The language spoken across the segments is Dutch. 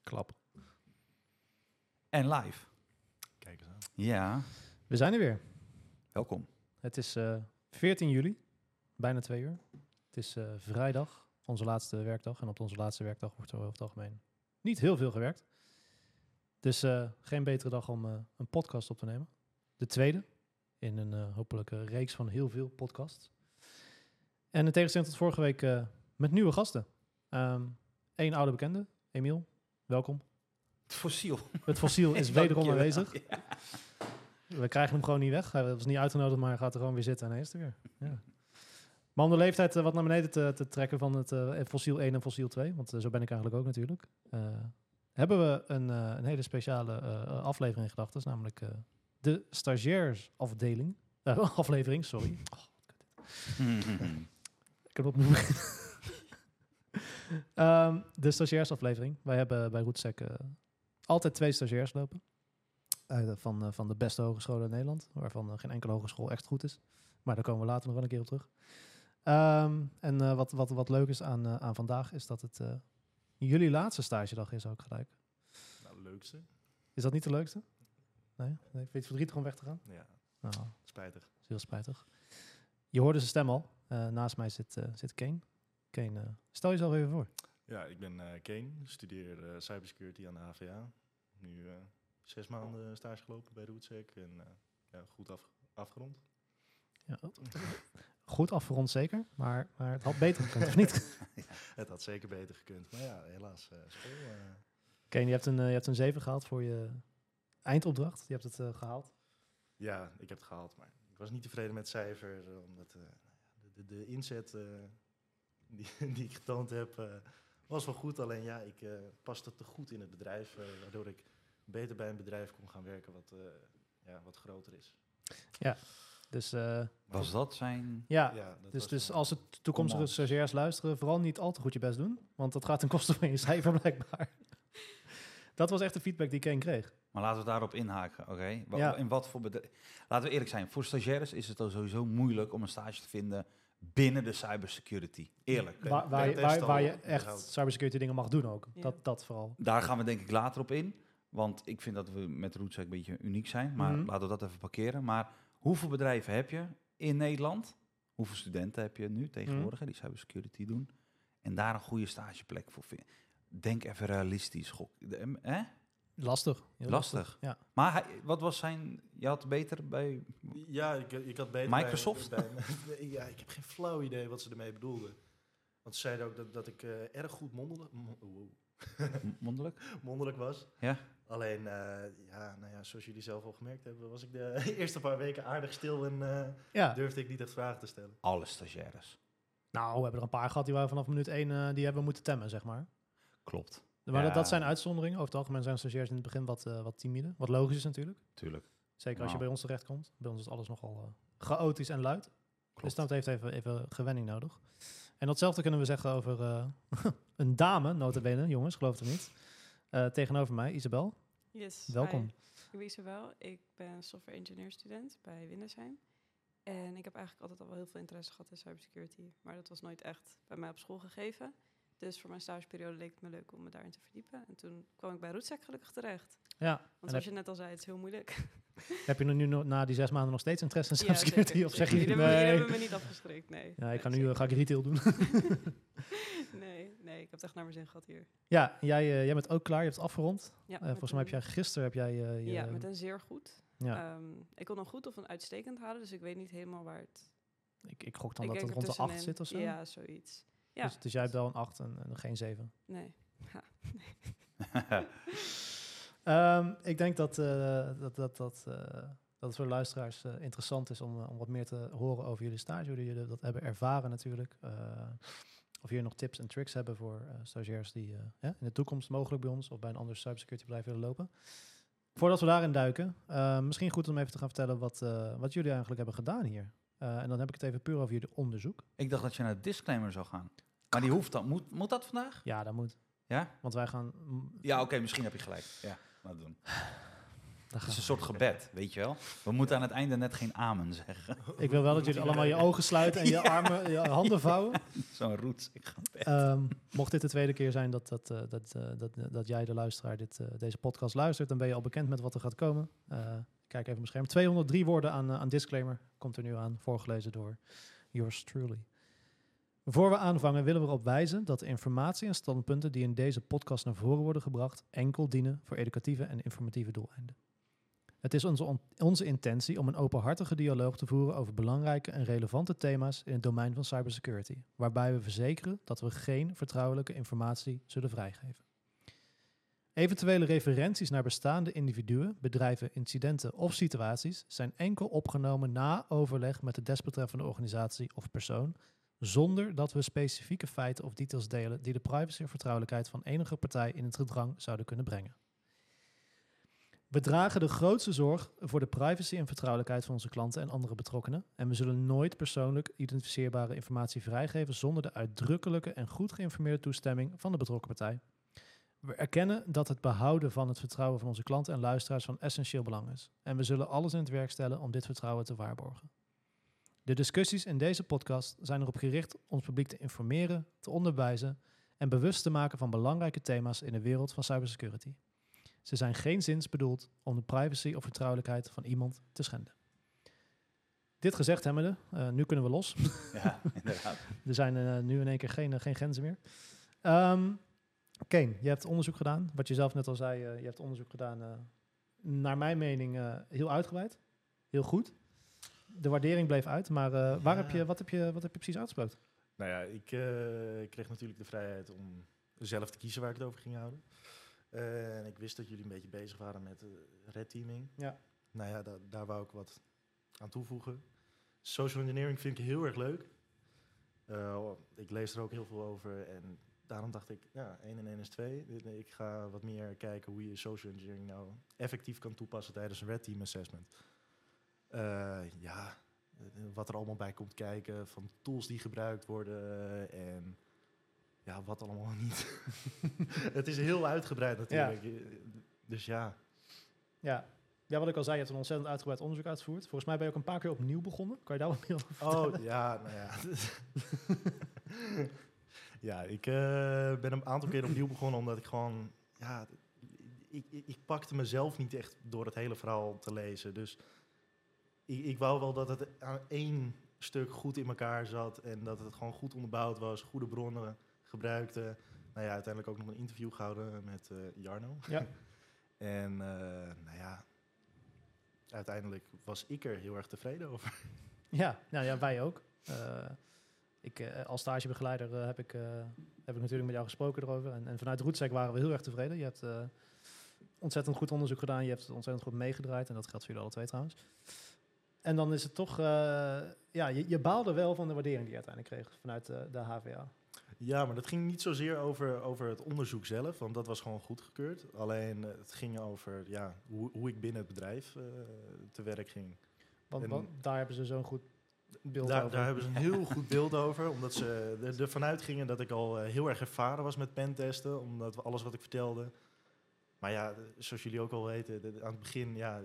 Klap. En live. Kijk eens aan. Ja, We zijn er weer. welkom. Het is 14 juli, bijna 2 uur. Het is vrijdag, onze laatste werkdag. En op onze laatste werkdag wordt er over het algemeen niet heel veel gewerkt. Dus geen betere dag om een podcast op te nemen. De tweede in een hopelijke reeks van heel veel podcasts. En in tegenstelling tot vorige week met nieuwe gasten. Eén oude bekende, Emiel, welkom. Het fossiel. Het fossiel is wederom Dankjewel. aanwezig. Ja. We krijgen hem gewoon niet weg. Hij was niet uitgenodigd, maar hij gaat er gewoon weer zitten en hij is er weer. Ja. Maar om de leeftijd wat naar beneden te trekken van het fossiel 1 en fossiel 2, want zo ben ik eigenlijk ook natuurlijk, hebben we een hele speciale aflevering in gedachten, namelijk de stagiairsafdeling. Aflevering, sorry. Ik heb opnieuw de stagiairsaflevering. Wij hebben bij Rootsec altijd 2 stagiairs lopen. Van de beste hogescholen in Nederland, waarvan geen enkele hogeschool echt goed is. Maar daar komen we later nog wel een keer op terug. En wat leuk is aan vandaag, is dat het jullie laatste stagedag is ook gelijk. Nou, leukste. Is dat niet de leukste? Nee? Vind je het verdrietig om weg te gaan? Ja, Nou, dat spijtig. is heel spijtig. Je hoorde zijn stem al. Naast mij zit Kane. Kane, stel jezelf even voor. Ja, ik ben Kane, studeer cybersecurity aan de HVA. Nu 6 maanden stage gelopen bij Rootsec en goed afgerond. Ja, goed afgerond zeker, maar het had beter gekund, of niet? Het had zeker beter gekund, maar ja, helaas school. Kane, je hebt een 7 gehaald voor je eindopdracht. Je hebt het gehaald. Ja, ik heb het gehaald, maar ik was niet tevreden met het cijfer, omdat de inzet die ik getoond heb was wel goed. Alleen ja, ik paste te goed in het bedrijf, waardoor ik beter bij een bedrijf kon gaan werken wat groter is. Ja, dus Was dat zijn... ja, dat dus, was dus wel- als de toekomstige Onmans. stagiairs luisteren, vooral niet al te goed je best doen, want dat gaat ten koste van je cijfer blijkbaar. Dat was echt de feedback die Kane kreeg. Maar laten we daarop inhaken, oké? Ja. In wat voor bedrijf... Laten we eerlijk zijn, voor stagiaires is het al sowieso moeilijk om een stage te vinden binnen de cybersecurity. Eerlijk. Ben- Waar je pentest al echt überhaupt. cybersecurity dingen mag doen ook. Ja. Dat vooral. Daar gaan we denk ik later op in. Want ik vind dat we met Rootsec een beetje uniek zijn. Maar Mhm. laten we dat even parkeren. Maar hoeveel bedrijven heb je in Nederland? Hoeveel studenten heb je nu tegenwoordig die cybersecurity doen? En daar een goede stageplek voor vinden. Denk even realistisch. Lastig. Heel Lastig. Ja. Maar wat was zijn... Je had beter bij... Ja, ik had beter Microsoft? Ja, ik heb geen flauw idee wat ze ermee bedoelden. Want ze zeiden ook dat ik erg goed mondelijk was. Ja? Alleen, zoals jullie zelf al gemerkt hebben, was ik de eerste paar weken aardig stil en Ja. durfde ik niet echt vragen te stellen. Alle stagiaires. Nou, we hebben er een paar gehad die waren vanaf minuut 1 die hebben moeten temmen, zeg maar. Klopt. Maar Ja. dat zijn uitzonderingen. Over het algemeen zijn stagiairs in het begin wat timide. Wat logisch is natuurlijk. Tuurlijk. Zeker als je Nou. bij ons terechtkomt. Bij ons is alles nogal chaotisch en luid. Klopt. Dus dat heeft even gewenning nodig. En datzelfde kunnen we zeggen over een dame, nota bene, jongens, geloof het of niet. Tegenover mij, Isabel. Yes. Welkom. Hi, ik ben Isabel. Ik ben software engineer student bij Windersheim. En ik heb eigenlijk altijd al wel heel veel interesse gehad in cybersecurity. Maar dat was nooit echt bij mij op school gegeven. Dus voor mijn stageperiode leek het me leuk om me daarin te verdiepen. En toen kwam ik bij Rootsec gelukkig terecht. Ja, Want en zoals je net al zei, het is heel moeilijk. heb je nu na die 6 maanden nog steeds interesse in Ja, cybersecurity? zeker, Of zeg zeker. je, Jullie hebben nee, me niet afgeschrikt, nee. ja, ik Nee, ga ik retail doen. nee, ik heb het echt naar mijn zin gehad hier. Ja, jij bent ook klaar, je hebt het afgerond. Ja, Volgens mij heb jij gisteren Ja, met een zeer goed. Ja, Ik kon een goed of een uitstekend halen, dus ik weet niet helemaal waar het... ik gok dan ik dat denk het rond de 8 ertussenin. zit of zo. Ja, zoiets. Ja, Dus jij hebt wel een 8 en geen 7. nee. Ja. Ik denk dat het voor de luisteraars interessant is om wat meer te horen over jullie stage, hoe jullie dat hebben ervaren natuurlijk. Of jullie nog tips en tricks hebben voor stagiairs die in de toekomst mogelijk bij ons of bij een ander cybersecurity bedrijf willen lopen. Voordat we daarin duiken, misschien goed om even te gaan vertellen wat jullie eigenlijk hebben gedaan hier. En dan heb ik het even puur over jullie onderzoek. Ik dacht dat je naar de disclaimer zou gaan. Maar die hoeft dan. Moet dat vandaag? Ja, dat moet. Ja? Want wij gaan... Ja, oké, misschien heb je gelijk. Ja, laten we doen. Het is een soort gebed, weet je wel. We moeten aan het einde net geen amen zeggen. Ik wil wel dat jullie allemaal je ogen sluiten en je armen, je handen vouwen. Zo'n rootsig gebed. Mocht dit de tweede keer zijn dat jij, de luisteraar, deze podcast luistert, dan ben je al bekend met wat er gaat komen. Kijk even op mijn scherm. 203 woorden aan disclaimer komt er nu aan, voorgelezen door yours truly. Voor we aanvangen willen we erop wijzen dat de informatie en standpunten die in deze podcast naar voren worden gebracht enkel dienen voor educatieve en informatieve doeleinden. Het is onze intentie om een openhartige dialoog te voeren over belangrijke en relevante thema's in het domein van cybersecurity, waarbij we verzekeren dat we geen vertrouwelijke informatie zullen vrijgeven. Eventuele referenties naar bestaande individuen, bedrijven, incidenten of situaties zijn enkel opgenomen na overleg met de desbetreffende organisatie of persoon, zonder dat we specifieke feiten of details delen die de privacy of vertrouwelijkheid van enige partij in het gedrang zouden kunnen brengen. We dragen de grootste zorg voor de privacy en vertrouwelijkheid van onze klanten en andere betrokkenen en we zullen nooit persoonlijk identificeerbare informatie vrijgeven zonder de uitdrukkelijke en goed geïnformeerde toestemming van de betrokken partij. We erkennen dat het behouden van het vertrouwen van onze klanten en luisteraars van essentieel belang is en we zullen alles in het werk stellen om dit vertrouwen te waarborgen. De discussies in deze podcast zijn erop gericht ons publiek te informeren, te onderwijzen en bewust te maken van belangrijke thema's in de wereld van cybersecurity. Ze zijn geenszins bedoeld om de privacy of vertrouwelijkheid van iemand te schenden. Dit gezegd hebbende, nu kunnen we los. Ja, inderdaad. Er zijn nu in één keer geen grenzen meer. Kane, je hebt onderzoek gedaan. Wat je zelf net al zei, je hebt onderzoek gedaan, naar mijn mening, heel uitgebreid. Heel goed. De waardering bleef uit, maar wat heb je precies uitgesproken? Nou ja, ik kreeg natuurlijk de vrijheid om zelf te kiezen waar ik het over ging houden. En ik wist dat jullie een beetje bezig waren met red teaming. Ja. Nou ja, daar wou ik wat aan toevoegen. Social engineering vind ik heel erg leuk. Ik lees er ook heel veel over en daarom dacht ik, ja, 1 en 1 is 2. Ik ga wat meer kijken hoe je social engineering nou effectief kan toepassen tijdens een red team assessment. Wat er allemaal bij komt kijken, van tools die gebruikt worden en ja, wat allemaal niet. Het is heel uitgebreid natuurlijk. Ja. Dus ja. Ja, wat ik al zei, je hebt een ontzettend uitgebreid onderzoek uitgevoerd. Volgens mij ben je ook een paar keer opnieuw begonnen. Kan je daar wat meer over vertellen? Oh, ja, nou ja. Ja, ik ben een aantal keer opnieuw begonnen omdat ik gewoon, ja, ik pakte mezelf niet echt door het hele verhaal te lezen. Dus ik wou wel dat het aan één stuk goed in elkaar zat en dat het gewoon goed onderbouwd was, goede bronnen gebruikte. Nou ja, uiteindelijk ook nog een interview gehouden met Jarno. Ja. En nou ja, uiteindelijk was ik er heel erg tevreden over. Ja, nou ja, wij ook. Als stagebegeleider heb ik natuurlijk met jou gesproken erover. En vanuit Rootsec waren we heel erg tevreden. Je hebt ontzettend goed onderzoek gedaan. Je hebt het ontzettend goed meegedraaid. En dat geldt voor jullie alle twee trouwens. En dan is het toch, je baalde wel van de waardering die je uiteindelijk kreeg vanuit de HVA. Ja, maar dat ging niet zozeer over het onderzoek zelf, want dat was gewoon goedgekeurd. Alleen het ging over hoe ik binnen het bedrijf te werk ging. Want daar hebben ze zo'n goed beeld over. Daar hebben ze een heel goed beeld over, omdat ze ervan uitgingen dat ik al heel erg ervaren was met pentesten, omdat alles wat ik vertelde. Maar ja, zoals jullie ook al weten, aan het begin, ja,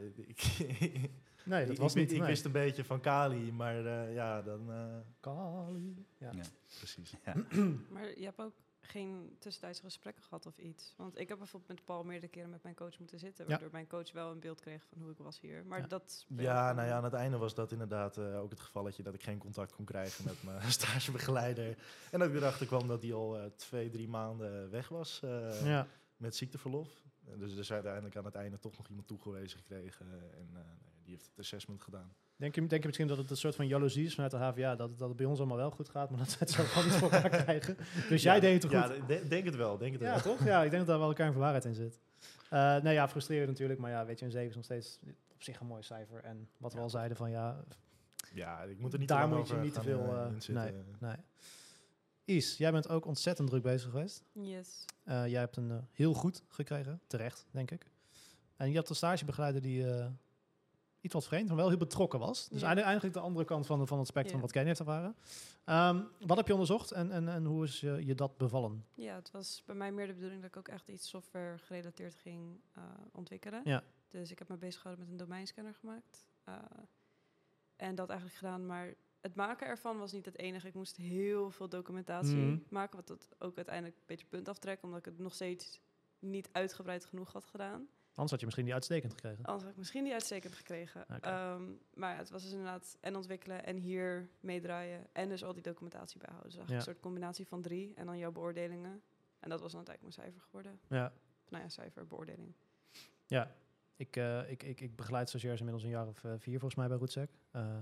nee, dat was niet. Ik wist een beetje van Kali, maar dan... Kali, ja. Precies. Ja. Maar je hebt ook geen tussentijdse gesprekken gehad of iets? Want ik heb bijvoorbeeld met Paul meerdere keren met mijn coach moeten zitten, waardoor mijn coach wel een beeld kreeg van hoe ik was hier. Maar dat... Ja, nou ja, aan het einde was dat inderdaad ook het gevalletje dat ik geen contact kon krijgen met mijn stagebegeleider. En dat ik erachter kwam dat die al 2-3 maanden weg was met ziekteverlof. Dus er is uiteindelijk aan het einde toch nog iemand toegewezen gekregen en die heeft het assessment gedaan. Denk je misschien dat het een soort van jaloezie is vanuit de HVA, dat het bij ons allemaal wel goed gaat, maar dat ze het zo gewoon niet voor elkaar krijgen? Dus jij deed het toch goed? Ja, denk het wel. Ja, toch? Ja, ik denk dat daar wel een kern van waarheid in zit. Nou ja, frustrerend natuurlijk, maar ja, weet je, een 7 is nog steeds op zich een mooi cijfer. En wat we al zeiden van ja, ik moet er niet daar te moet je niet te veel in zitten. Nee. Is, jij bent ook ontzettend druk bezig geweest. Yes. Jij hebt een heel goed gekregen, terecht, denk ik. En je hebt een stagebegeleider die iets wat vreemd, maar wel heel betrokken was. Dus Ja. eigenlijk de andere kant van het spectrum Ja. wat Kenny heeft ervaren. Wat heb je onderzocht en hoe is je dat bevallen? Ja, het was bij mij meer de bedoeling dat ik ook echt iets software gerelateerd ging ontwikkelen. Ja. Dus ik heb me bezig gehouden met een domeinscanner gemaakt. En dat eigenlijk gedaan, maar het maken ervan was niet het enige. Ik moest heel veel documentatie Mhm. maken, wat dat ook uiteindelijk een beetje punt aftrekt, omdat ik het nog steeds niet uitgebreid genoeg had gedaan. Anders had je misschien die uitstekend gekregen. Anders had ik misschien niet uitstekend gekregen. Oké. Maar ja, het was dus inderdaad en ontwikkelen en hier meedraaien en dus al die documentatie bijhouden. Dus eigenlijk een soort combinatie van 3 en dan jouw beoordelingen. En dat was dan uiteindelijk mijn cijfer geworden. Ja. Nou ja, cijfer, beoordeling. Ja, ik begeleid stagiairs inmiddels een jaar of 4 volgens mij bij Rootsec.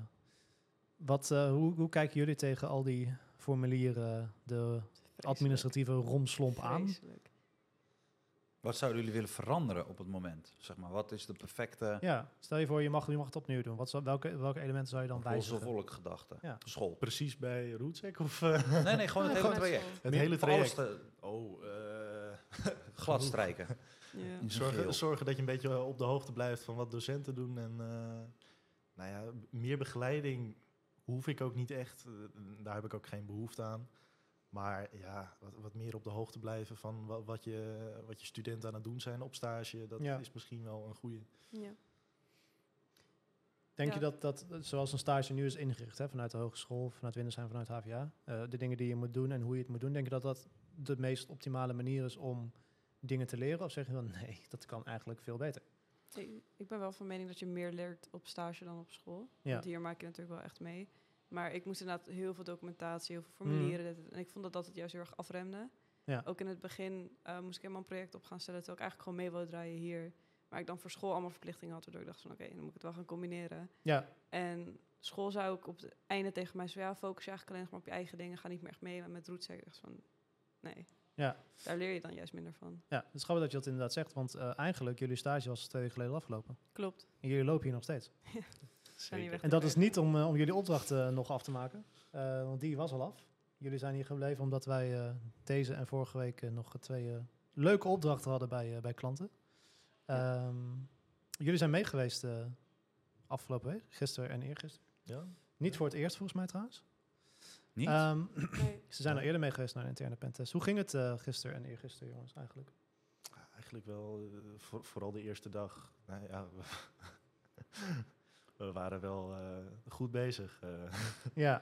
Hoe kijken jullie tegen al die formulieren, de administratieve romslomp aan? Vreselijk. Wat zouden jullie willen veranderen op het moment? Zeg maar, wat is de perfecte Ja, stel je voor, je mag het opnieuw doen. Welke elementen zou je dan wijzigen? volk gedachte? Ja. School. Precies bij Rootsec of Nee, gewoon het hele gewoon traject. het Meer hele Voor alles traject? glad strijken. Ja. In zijn geheel. Zorgen dat je een beetje op de hoogte blijft van wat docenten doen. En nou ja, meer begeleiding hoef ik ook niet echt. Daar heb ik ook geen behoefte aan. Maar ja, wat meer op de hoogte blijven van wat je studenten aan het doen zijn op stage. Dat Ja. is misschien wel een goede. Ja. Denk Ja. je dat zoals een stage nu is ingericht, hè, vanuit de hogeschool, vanuit Windesheim, vanuit HVA, de dingen die je moet doen en hoe je het moet doen, denk je dat de meest optimale manier is om dingen te leren? Of zeg je dan, nee, dat kan eigenlijk veel beter? Ik ben wel van mening dat je meer leert op stage dan op school. Ja. Want hier maak je natuurlijk wel echt mee. Maar ik moest inderdaad heel veel documentatie, heel veel formulieren. En ik vond dat het juist heel erg afremde. Ja. Ook in het begin moest ik helemaal een project op gaan stellen, terwijl ik eigenlijk gewoon mee wou draaien hier. Maar ik dan voor school allemaal verplichtingen had, waardoor ik dacht van oké, dan moet ik het wel gaan combineren. Ja, En school zei ook op het einde tegen mij zo, ja, focus je eigenlijk alleen nog maar op je eigen dingen, ga niet meer echt mee. Maar met Rootsec dacht ik van, nee, ja. daar leer je dan juist minder van. Ja, het is grappig dat je dat inderdaad zegt, want eigenlijk jullie stage was 2 weken geleden afgelopen. Klopt. En jullie lopen hier nog steeds. Zijn niet weg En te dat is werken. niet om jullie opdracht nog af te maken, want die was al af. Jullie zijn hier gebleven omdat wij deze en vorige week nog 2 leuke opdrachten hadden bij klanten. Jullie zijn mee geweest afgelopen week, gisteren en eergisteren. Ja? Niet voor het eerst volgens mij trouwens. Niet? Nee. Ze zijn al eerder mee geweest naar een interne pentest. Hoe ging het gisteren en eergisteren, jongens, eigenlijk? Ja, eigenlijk wel, vooral de eerste dag. Nou ja, we waren wel goed bezig. Ja,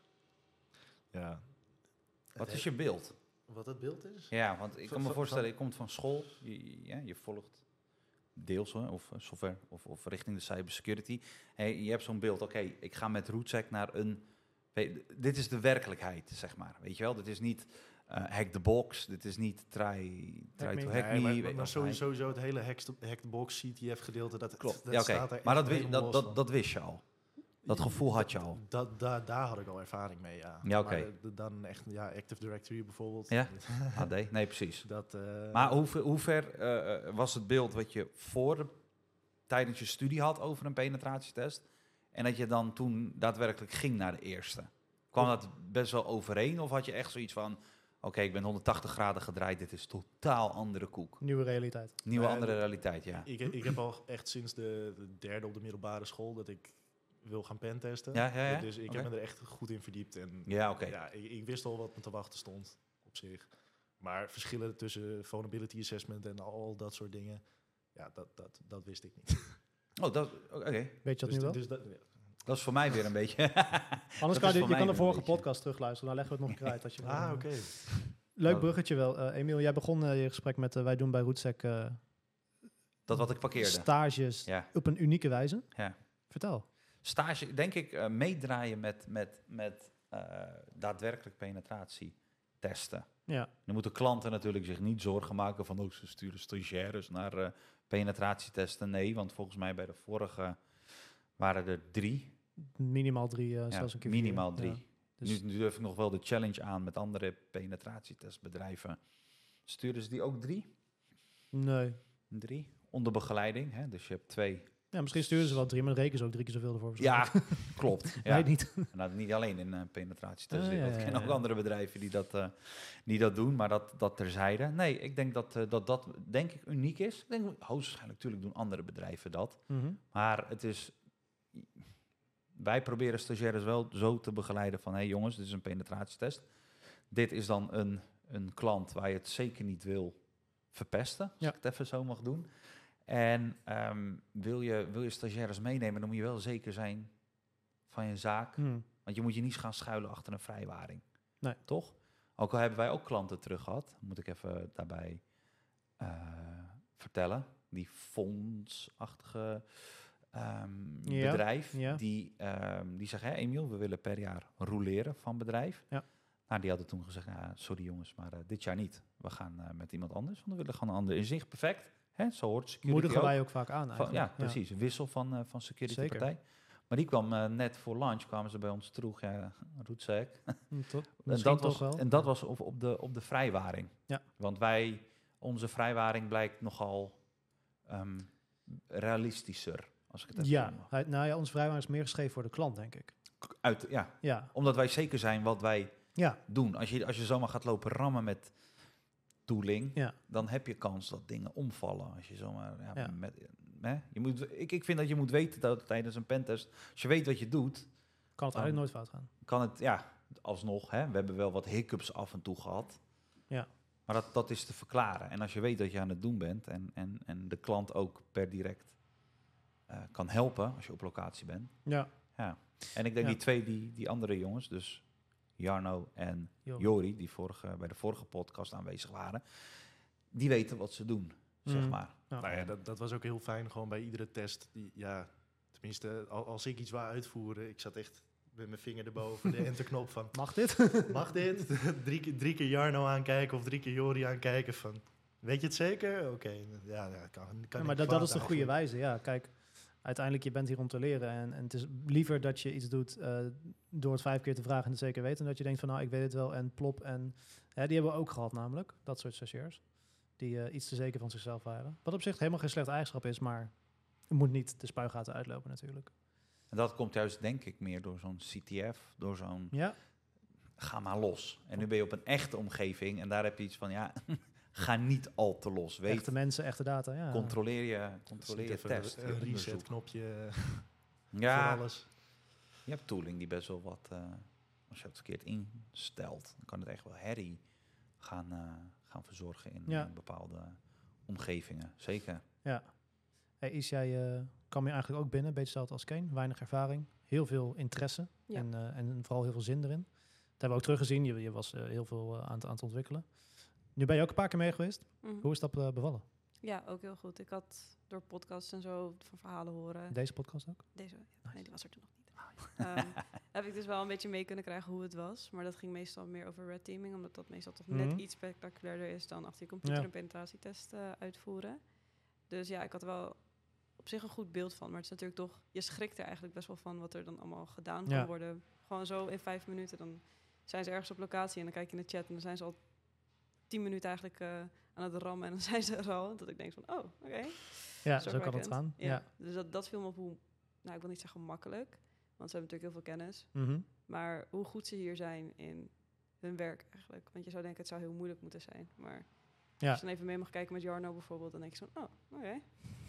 Ja. Wat is je beeld? Wat het beeld is? Ja, want ik kan me Van- voorstellen, je komt van school, je volgt deels of software of richting de cybersecurity. Hey, je hebt zo'n beeld, oké, ik ga met Rootsec naar een... Dit is de werkelijkheid, zeg maar. Weet je wel, dit is niet hack the box, dit is niet try to me. hack Nee, me. maar sowieso het hele hack the box CTF gedeelte, dat Klopt, dat ja, oké. staat er Maar echt dat, helemaal los van. dat wist je al. Dat gevoel had je al. Daar had ik al ervaring mee, ja. Ja, oké. Maar dan echt, ja, Active Directory bijvoorbeeld. Ja? AD? Nee, precies. Dat, Maar hoe ver was het beeld wat je tijdens je studie had over een penetratietest en dat je dan toen daadwerkelijk ging naar de eerste? Kwam dat best wel overeen of had je echt zoiets van, oké, ik ben 180 graden gedraaid, dit is totaal andere koek. nieuwe realiteit. Nieuwe Nee, andere realiteit, ja. ik heb al echt sinds de derde op de middelbare school dat ik wil gaan pentesten. Ja? Dus ik Oké. heb me er echt goed in verdiept. En Ja, oké. ja, ik wist al wat me te wachten stond op zich. Maar verschillen tussen vulnerability assessment en al dat soort dingen, ja, dat wist ik niet. Oh, oké. Weet je dat nu wel? ja. Dat is voor mij weer een beetje... Anders is kan voor je mij de een vorige beetje. podcast terugluisteren. Dan leggen we het nog een keer uit. Als je Oké. Leuk Oh. bruggetje wel. Emiel, jij begon je gesprek met wij doen bij Rootsec Dat wat ik parkeerde. stages Ja, op een unieke wijze. ja. Vertel. Stage, denk ik, meedraaien met daadwerkelijk penetratietesten. Ja, Dan moeten klanten natuurlijk zich niet zorgen maken van, oh, ze sturen stagiaires naar penetratietesten. Nee, want volgens mij bij de vorige waren er 3. minimaal 3, Ja, zelfs een keer 4. minimaal 3. Ja. Dus Nu durf ik nog wel de challenge aan met andere penetratietestbedrijven. Sturen ze die ook 3? nee. 3? Onder begeleiding, hè? Dus je hebt 2. Ja, misschien sturen ze wel 3, maar dan rekenen ze ook 3 keer zoveel ervoor. Ja, klopt. Ja. Nee, niet. Nou, niet alleen in penetratietest. Ja, Ik ken ook andere bedrijven die dat doen, maar dat terzijde. Nee, ik denk dat denk ik uniek is. Ik denk, hoogstwaarschijnlijk natuurlijk doen andere bedrijven dat. Mhm. Maar het is wij proberen stagiaires wel zo te begeleiden van... hey jongens, dit is een penetratietest. Dit is dan een klant waar je het zeker niet wil verpesten, als ik het even zo mag doen. En wil je stagiaires meenemen, dan moet je wel zeker zijn van je zaak. Want je moet je niet gaan schuilen achter een vrijwaring. Nee. Toch? Ook al hebben wij ook klanten terug gehad, moet ik even daarbij vertellen. Die fondsachtige bedrijf, die zeggen, hey, Emiel, we willen per jaar roleren van bedrijf. Ja. Nou, die hadden toen gezegd, sorry jongens, maar dit jaar niet. We gaan met iemand anders, want we willen gewoon een ander inzicht. Perfect, hè? Zo hoort security Moedigen ook. wij ook vaak aan eigenlijk. Ja, precies. Wissel van security Zeker. partij. Maar die kwam net voor lunch, kwamen ze bij ons terug. Ja, roetzak. En dat was op de vrijwaring. Ja. Want onze vrijwaring blijkt nogal realistischer, als ik het even mag. Onze vrijwaring is meer geschreven voor de klant, denk ik. Omdat wij zeker zijn wat wij doen. Als je zomaar gaat lopen rammen met tooling, dan heb je kans dat dingen omvallen. Als je zomaar ik vind dat je moet weten dat tijdens een pentest, als je weet wat je doet, kan het eigenlijk nooit fout gaan. Kan het, alsnog, hè, we hebben wel wat hiccups af en toe gehad. Ja. Maar dat is te verklaren. En als je weet dat je aan het doen bent en de klant ook per direct kan helpen als je op locatie bent. Ja. En ik denk die andere jongens, dus Jarno en Jori, die bij de vorige podcast aanwezig waren, die weten wat ze doen, zeg maar. Ja. Nou ja, dat was ook heel fijn, gewoon bij iedere test. Tenminste, als ik iets wou uitvoeren, ik zat echt met mijn vinger erboven, de enterknop van... Mag dit? Mag dit? drie keer Jarno aankijken of 3 keer Jori aankijken van... Weet je het zeker? Oké, kan maar dat is de goede wijze, ja. Kijk, uiteindelijk, je bent hier om te leren. En het is liever dat je iets doet door het 5 keer te vragen en het zeker weten. En dat je denkt van, nou, ik weet het wel en plop. En die hebben we ook gehad namelijk, dat soort stagiairs. Die iets te zeker van zichzelf waren. Wat op zich helemaal geen slechte eigenschap is, maar het moet niet de spuigaten uitlopen natuurlijk. En dat komt juist, denk ik, meer door zo'n CTF, door zo'n... Ja. Ga maar los. En nu ben je op een echte omgeving en daar heb je iets van, ga niet al te los. Weet, echte mensen, echte data, ja. Controleer je test. Een reset-knopje voor alles. Je hebt tooling die best wel wat... als je het verkeerd instelt, dan kan het echt wel herrie gaan verzorgen in bepaalde omgevingen. Zeker. Ja. Hey, Is, jij kwam je eigenlijk ook binnen, een beetje hetzelfde als Kane. Weinig ervaring, heel veel interesse en vooral heel veel zin erin. Dat hebben we ook teruggezien. Je was heel veel aan het ontwikkelen. Nu ben je ook een paar keer mee geweest. Mm-hmm. Hoe is dat bevallen? Ja, ook heel goed. Ik had door podcasts en zo van verhalen horen. Deze podcast ook? Deze, nee, die was er toen nog niet. Heb ik dus wel een beetje mee kunnen krijgen hoe het was. Maar dat ging meestal meer over red teaming, omdat dat meestal toch net iets spectaculairder is dan achter je computer een penetratietest uitvoeren. Dus ja, ik had er wel op zich een goed beeld van. Maar het is natuurlijk toch, je schrikt er eigenlijk best wel van wat er dan allemaal gedaan kan worden. Gewoon zo in 5 minuten, dan zijn ze ergens op locatie en dan kijk je in de chat en dan zijn ze al 10 minuten eigenlijk aan het rammen en dan zijn ze er al. Dat ik denk van, oké. Ja, zo kan het gaan. Ja. Dus dat viel me op hoe, nou, ik wil niet zeggen makkelijk, want ze hebben natuurlijk heel veel kennis. Mm-hmm. Maar hoe goed ze hier zijn in hun werk eigenlijk. Want je zou denken, het zou heel moeilijk moeten zijn. Maar als je dan even mee mag kijken met Jarno bijvoorbeeld, dan denk je zo, oké.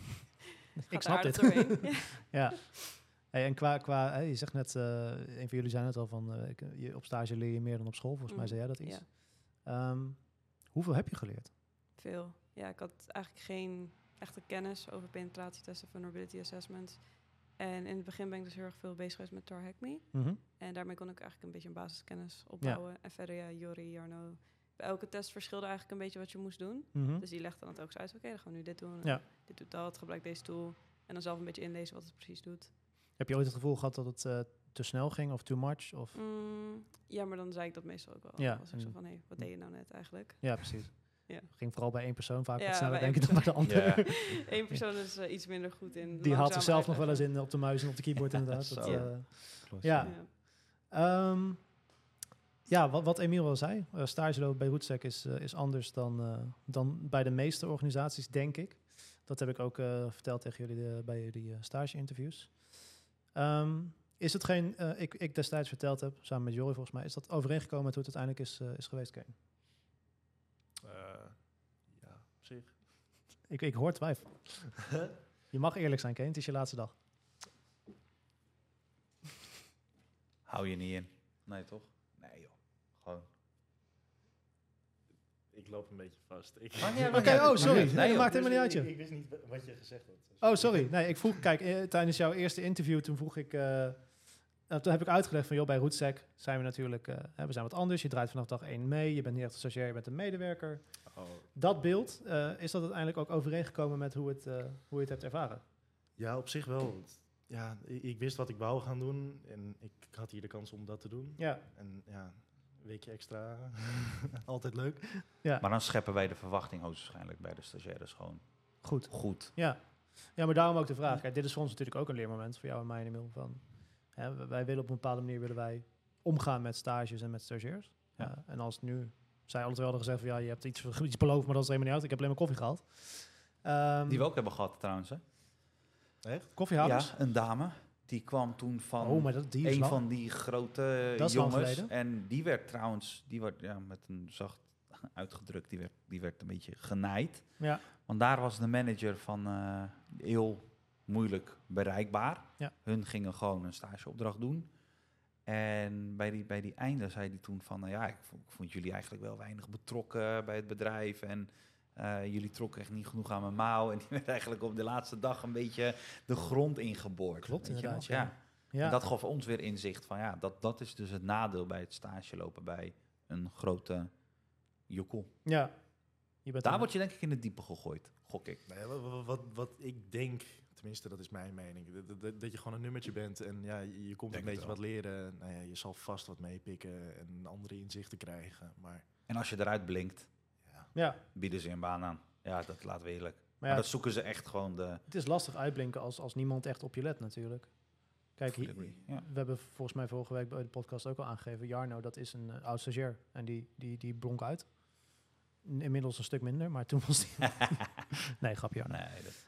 Ik snap dit. Ja. Hey, en qua je zegt net, een van jullie zei het al van, op stage leer je meer dan op school. Volgens mij zei jij dat iets. Ja. Hoeveel heb je geleerd? Veel. Ja, ik had eigenlijk geen echte kennis over penetratietesten of vulnerability assessments. En in het begin ben ik dus heel erg veel bezig geweest met Tar Hack Me. Mm-hmm. En daarmee kon ik eigenlijk een beetje een basiskennis opbouwen. Ja. En verder, Jori, Jarno. Bij elke test verschilde eigenlijk een beetje wat je moest doen. Mm-hmm. Dus die legde dan het ook zo uit. Oké, dan gaan we nu dit doen. Ja. Dit doet dat, gebruik deze tool. En dan zelf een beetje inlezen wat het precies doet. Heb je ooit het gevoel gehad dat het te snel ging of too much? Of? Ja, maar dan zei ik dat meestal ook wel. Ja. Was ik zo van, wat deed je nou net eigenlijk? Ja, precies. Ja. Ging vooral bij één persoon vaak wat sneller denken dan bij de andere. Ja. Eén persoon is iets minder goed in. Die haalt zichzelf nog wel eens in op de muis en op de keyboard inderdaad. Wat Emiel al zei. Stage lopen bij Roetsec is anders dan bij de meeste organisaties, denk ik. Dat heb ik ook verteld tegen jullie bij jullie stage-interviews. Is het geen, ik destijds verteld heb, samen met Jori volgens mij, is dat overeengekomen met hoe het uiteindelijk is geweest, Kane? Ja, op zich. Ik hoor twijfel. Je mag eerlijk zijn, Kane. Het is je laatste dag. Hou je niet in. Nee, toch? Nee, joh. Gewoon. Ik loop een beetje vast. Oké, sorry. Nee, Nee, dat maakt joh. helemaal niet uit, joh. Ik wist niet wat je gezegd had. Oh, sorry. Nee, ik vroeg, kijk, tijdens jouw eerste interview, toen vroeg ik, toen heb ik uitgelegd van, joh, bij Rootsec zijn we natuurlijk, we zijn wat anders. Je draait vanaf dag 1 mee, je bent niet echt een stagiair, je bent een medewerker. Oh. Dat beeld, is dat uiteindelijk ook overeengekomen met hoe je het hebt ervaren? Ja, op zich wel. Ja, ik wist wat ik wou gaan doen en ik had hier de kans om dat te doen. Ja, En ja, een weekje extra, altijd leuk. ja. Maar dan scheppen wij de verwachting hoogstwaarschijnlijk bij de stagiaires gewoon Goed. goed. Ja. Ja, maar daarom ook de vraag. Kijk, dit is voor ons natuurlijk ook een leermoment voor jou en mij, Emiel. Van, wij willen op een bepaalde manier willen wij omgaan met stages en met stagiairs. Ja. En als nu, zij altijd wel hadden gezegd van, ja, je hebt iets beloofd, maar dat is helemaal niet uit. Ik heb alleen maar koffie gehaald. Die we ook hebben gehad trouwens, hè? Echt? Koffiehouders? Ja, een dame. Die kwam toen van Oh, maar die is een lang. van die grote Dat is lang jongens. geleden. En die werd trouwens, met een zacht uitgedrukt, die werd een beetje genaaid. Ja. Want daar was de manager van heel moeilijk bereikbaar. Ja. Hun gingen gewoon een stageopdracht doen. En bij die einde zei hij toen van, ik vond jullie eigenlijk wel weinig betrokken bij het bedrijf. En jullie trokken echt niet genoeg aan mijn mouw. En die werd eigenlijk op de laatste dag een beetje de grond ingeboord. Klopt, weet je inderdaad, nog? ja. Ja. En dat gaf ons weer inzicht van, dat is dus het nadeel bij het stage lopen bij een grote jokkel. Ja. Je bent Daar een- word je denk ik in het diepe gegooid, gok ik. Nee, wat ik denk, tenminste dat is mijn mening, dat je gewoon een nummertje bent en ja, je komt Denk een het beetje wat leren. Nou ja, je zal vast wat meepikken en andere inzichten krijgen. Maar En als je eruit blinkt, ja, Ja, bieden ze een baan aan. Ja, dat laten we eerlijk. maar Maar ja, dat zoeken ze echt gewoon de... het is lastig uitblinken als niemand echt op je let natuurlijk. Kijk, Ja. we hebben volgens mij vorige week bij de podcast ook al aangegeven, Jarno, dat is een oud stagiair. En die blonk uit. Inmiddels een stuk minder, maar toen was die... Nee, grapje, Jarno. Nee, dat...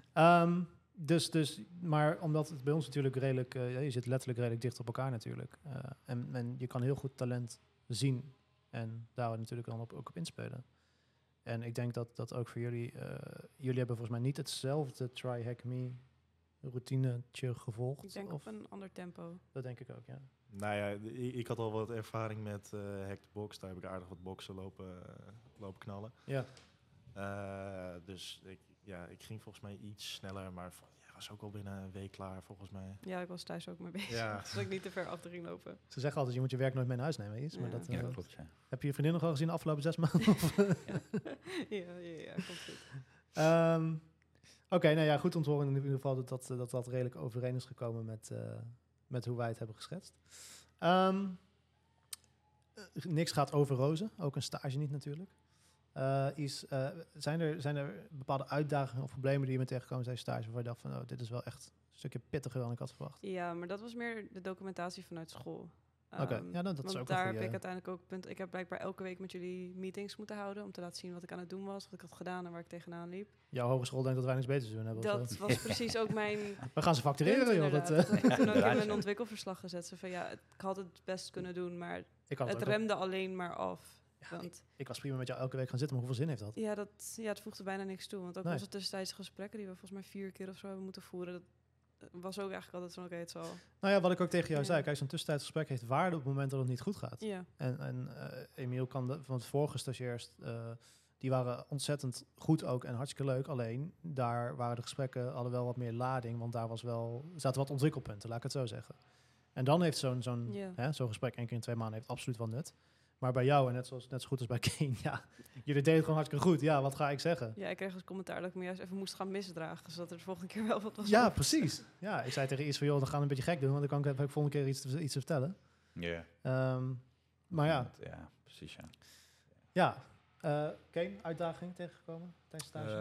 Maar omdat het bij ons natuurlijk redelijk... je zit letterlijk redelijk dicht op elkaar natuurlijk. En je kan heel goed talent zien en daar natuurlijk dan ook op inspelen. En ik denk dat ook voor jullie... jullie hebben volgens mij niet hetzelfde Try Hack Me routinetje gevolgd. Ik denk of, op een ander tempo. dat denk ik ook, ja. nou ja, ik had al wat ervaring met Hack the Box. Daar heb ik aardig wat boxen lopen knallen. Ja, Dus ik ging volgens mij iets sneller, maar was ook al binnen een week klaar volgens mij. Ja, ik was thuis ook mee bezig. Ja. Zodat ik niet te ver af ging lopen. ze zeggen altijd, je moet je werk nooit mee naar huis nemen. Iets, maar Ja. dat, Ja, dat klopt, ja. heb je je vriendin nog al gezien de afgelopen 6 maanden? ja, komt goed. Oké, nou ja, goed om te horen in ieder geval dat redelijk overeen is gekomen met hoe wij het hebben geschetst. Niks gaat over rozen, ook een stage niet natuurlijk. Zijn er bepaalde uitdagingen of problemen die je met tegenkomen tijdens stage waarvan je dacht van, dit is wel echt een stukje pittiger dan ik had verwacht? Ja, maar dat was meer de documentatie vanuit school. Oké, ja, dat is Want ook daar een heb goeie... ik uiteindelijk ook punt. Ik heb blijkbaar elke week met jullie meetings moeten houden om te laten zien wat ik aan het doen was, wat ik had gedaan en waar ik tegenaan liep. Jouw hogeschool denkt dat wij niks beters te doen hebben. of Dat zo. was precies ook mijn We gaan ze factureren, punt, joh. inderdaad. Dat, Dat heb ik toen ook in Eruit, mijn ja. ontwikkelverslag gezet. Zo van ik had het best kunnen doen, maar ik, had het ook remde alleen maar af. Ja, Want ik was prima met jou elke week gaan zitten, maar hoeveel zin heeft dat? het voegde bijna niks toe. Want ook Nee. onze tussentijdse gesprekken, die we volgens mij 4 keer of zo hebben moeten voeren, dat was ook eigenlijk altijd zo, oké, het zal. Nou ja, wat ik ook tegen jou Ja. zei, kijk, zo'n tussentijds gesprek heeft waarde op het moment dat het niet goed gaat. Ja, En Emiel van de vorige stagiairs, die waren ontzettend goed ook en hartstikke leuk. Alleen, daar waren de gesprekken, hadden wel wat meer lading, want daar zaten wat ontwikkelpunten, laat ik het zo zeggen. En dan heeft zo'n Ja. gesprek 1 keer in 2 maanden heeft absoluut wel nut. Maar bij jou, en net zo goed als bij Kane, ja, jullie deden het gewoon hartstikke goed. Ja, wat ga ik zeggen? ja, ik kreeg als commentaar dat ik me juist even moest gaan misdragen, zodat er de volgende keer wel wat was. Ja, precies. Ja, ik zei tegen Iets van, joh, dan gaan we een beetje gek doen, want dan kan ik even volgende keer iets te vertellen. Ja. Maar ja, Ja, precies, ja. ja. Kane, uitdaging tegengekomen tijdens stage?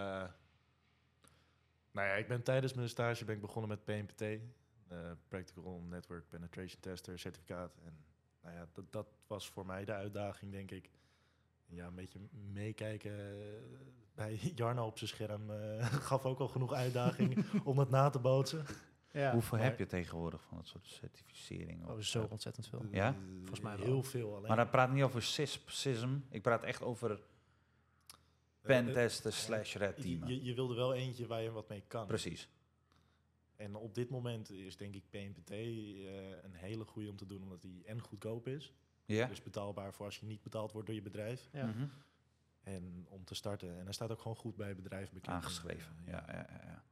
Nou ja, ik ben tijdens mijn stage begonnen met PNPT, Practical Network Penetration Tester certificaat. En nou ja, dat was voor mij de uitdaging, denk ik. Ja, een beetje meekijken bij Jarno op zijn scherm gaf ook al genoeg uitdaging om het na te bootsen. Ja. Hoeveel maar- heb je tegenwoordig van dat soort certificeringen? Oh, zo ontzettend veel. Ja? Volgens mij wel. Heel veel alleen. Maar dan praat ik niet over CISM. Ik praat echt over pentesten /red teamen. Je wilde wel eentje waar je wat mee kan. Precies. En op dit moment is denk ik PNPT een hele goede om te doen, omdat die en goedkoop is. Ja? Dus betaalbaar voor als je niet betaald wordt door je bedrijf. Ja. Mhm. En om te starten. En hij staat ook gewoon goed bij bedrijven bekend. Aangeschreven. Ja.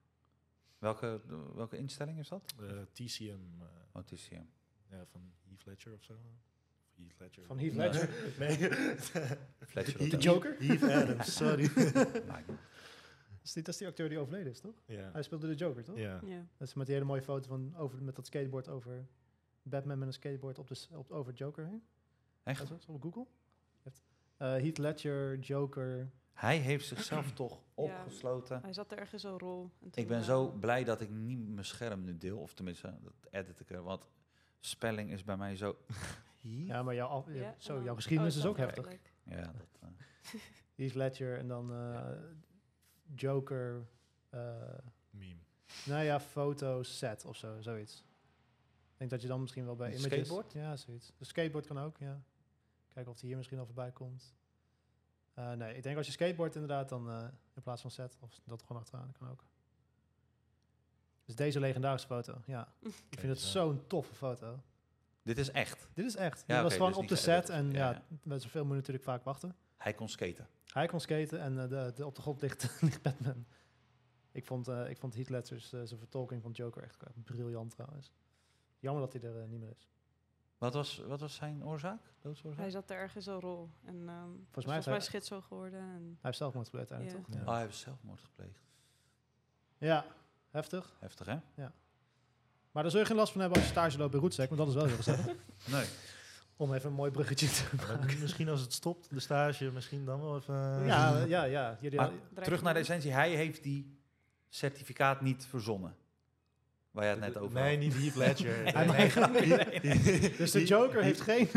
Welke instelling is dat? TCM TCM. van Heath Ledger of zo. Of Heath Ledger. Van Heath Nee. Ledger. Nee. Fletcher De of Joker? Heath Adams, sorry. Dat is die acteur die overleden is, toch? ja. Hij speelde de Joker, toch? Ja. Ja. Dat is met die hele mooie foto met dat skateboard over Batman met een skateboard over Joker heen. Echt? Dat is op Google. Heath Ledger, Joker. Hij heeft zichzelf toch Ja. opgesloten. Hij zat ergens zo'n rol. En Ik toen, ben zo blij dat ik niet mijn scherm nu deel. Of tenminste, dat edit ik er. Want spelling is bij mij zo... Ja, maar jouw en jouw dan- geschiedenis oh, is ook dat heftig. gelijk. Ja, dat... Heath Ledger en dan Joker. Meme. Nou ja, fotoset of zo, zoiets. Ik denk dat je dan misschien wel bij Een images... skateboard? Ja, zoiets. De skateboard kan ook, ja. Kijken of die hier misschien al voorbij komt. Nee, ik denk als je skateboard inderdaad, dan in plaats van set, of dat gewoon achteraan, dat kan ook. Dus deze legendarische foto, ja. Ik vind het eens, zo'n toffe foto. Dit is echt. Dit is echt. Ja, Dit was oké, gewoon dus op de niet set geëdit. en Ja, ja, met zoveel moet je natuurlijk vaak wachten. Hij kon skaten. Hij kon skaten en op de grond ligt Batman. Ik vond Heath Ledger's zijn vertolking van Joker echt briljant trouwens. Jammer dat hij er niet meer is. Wat was zijn oorzaak? Doodsoorzaak? Hij zat er ergens zo'n rol. En Volgens mij is mij hij schizo geworden. En hij heeft zelfmoord gepleegd uiteindelijk, Ja. toch? Ja. hij heeft zelfmoord gepleegd. Ja, heftig. Heftig, hè? Maar daar zul je geen last van hebben als je stage loopt bij Roetsek, want dat is wel heel gezellig. Nee. Om even een mooi bruggetje te Maar misschien als het stopt, de stage, misschien dan wel even... Ja. Jullie, Maar Draai terug je naar de mee? essentie. Hij heeft die certificaat niet verzonnen. Waar je het net over Nee, had. niet Heath Ledger. Hij mag- dus de Joker heeft geen...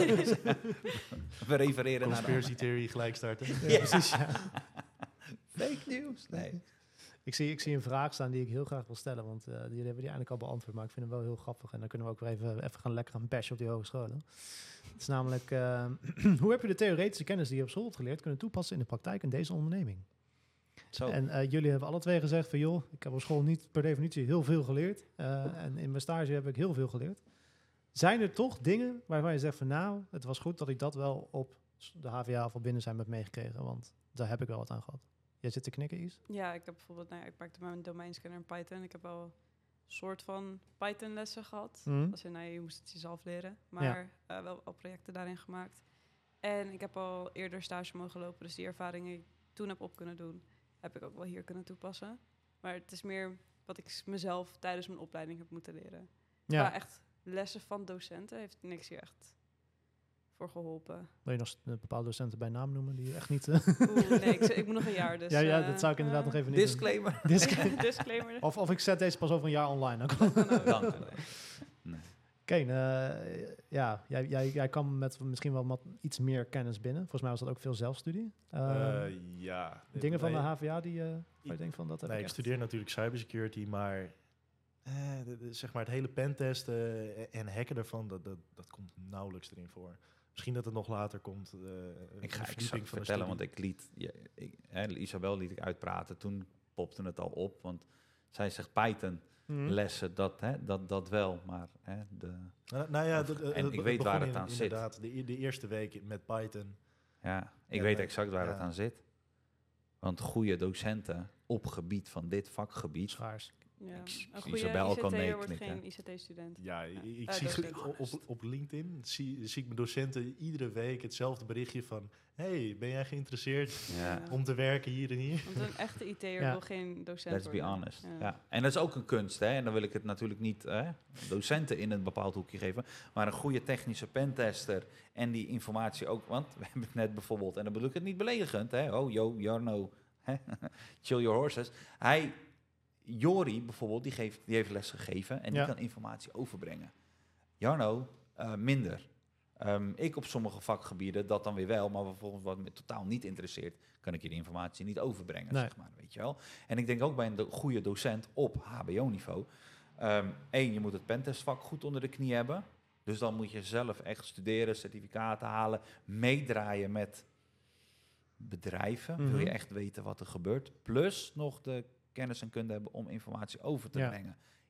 We refereren naar Conspiracy theory gelijk starten. Ja, precies, ja. fake news. Nee. Ik zie een vraag staan die ik heel graag wil stellen, want jullie hebben die eigenlijk al beantwoord, maar ik vind hem wel heel grappig. En dan kunnen we ook weer even gaan lekker gaan bashen op die hogescholen. Het is namelijk, hoe heb je de theoretische kennis die je op school hebt geleerd kunnen toepassen in de praktijk in deze onderneming? Zo. En jullie hebben alle twee gezegd van, joh, ik heb op school niet per definitie heel veel geleerd. En in mijn stage heb ik heel veel geleerd. Zijn er toch dingen waarvan je zegt van, nou, het was goed dat ik dat wel op de HVA of op binnen zijn heb meegekregen, want daar heb ik wel wat aan gehad. Jij zit te knikken, Is? Ja, ik heb bijvoorbeeld, ik maakte mijn domeinscanner in Python. Ik heb wel een soort van Python lessen gehad. Mhm. Als in, je moest het jezelf leren. Maar wel al projecten daarin gemaakt. En ik heb al eerder stage mogen lopen. Dus die ervaringen die ik toen heb op kunnen doen, heb ik ook wel hier kunnen toepassen. Maar het is meer wat ik mezelf tijdens mijn opleiding heb moeten leren. Ja. Maar echt lessen van docenten heeft niks hier echt voor geholpen. Wil je nog bepaalde docenten bij naam noemen die echt niet... Nee, ik moet nog een jaar. Dus, ja, dat zou ik inderdaad nog even niet Disclaimer. doen. Disclaimer. Disclaimer. Of ik zet deze pas over een jaar online. Dan Dan. Nee. Kane, ja, jij kwam met misschien wel wat iets meer kennis binnen. Volgens mij was dat ook veel zelfstudie. Ja. Dingen van de Nee, HVA die waar je denkt van dat heb Nee, ik ik echt. studeer natuurlijk cybersecurity, maar zeg maar het hele pentesten en hacken daarvan, dat komt nauwelijks erin voor. Misschien dat het nog later komt. Ik ga de exact vertellen, want ik liet... Isabel liet ik uitpraten. Toen popte het al op, want zij zegt Python Mhm. lessen, dat wel. Maar Nou ja, en ik weet waar het aan zit. inderdaad, de eerste week met Python. ja, ik Ja, weet maar- exact waar ja. het aan zit. Want goede docenten op gebied van dit vakgebied... Schaars. Ja. Ik zie Een goede Isabel ook al ICT'er wordt meeknikken. geen ICT-student. Ja, ik Ja, zie docent. op LinkedIn zie ik mijn docenten iedere week hetzelfde berichtje van: hey, ben jij geïnteresseerd Ja. om te werken hier en hier? Want een echte IT'er Ja. wil geen docent Let's be worden. honest. Ja. En dat is ook een kunst, hè. En dan wil ik het natuurlijk niet docenten in een bepaald hoekje geven, maar een goede technische pentester en die informatie ook, want we hebben het net bijvoorbeeld, en dan bedoel ik het niet beledigend, hè. Oh, yo, Jarno, hè. Chill your horses. Jori bijvoorbeeld, die heeft les gegeven en die Ja. kan informatie overbrengen. Jarno, minder. Ik op sommige vakgebieden dat dan weer wel, maar bijvoorbeeld wat me totaal niet interesseert, kan ik je de informatie niet overbrengen, Nee. zeg maar, weet je wel. En ik denk ook bij een goede docent op HBO-niveau, je moet het pentestvak goed onder de knie hebben, dus dan moet je zelf echt studeren, certificaten halen, meedraaien met bedrijven, wil je Mhm. echt weten wat er gebeurt, plus nog de kennis en kunde hebben om informatie over te Ja. brengen.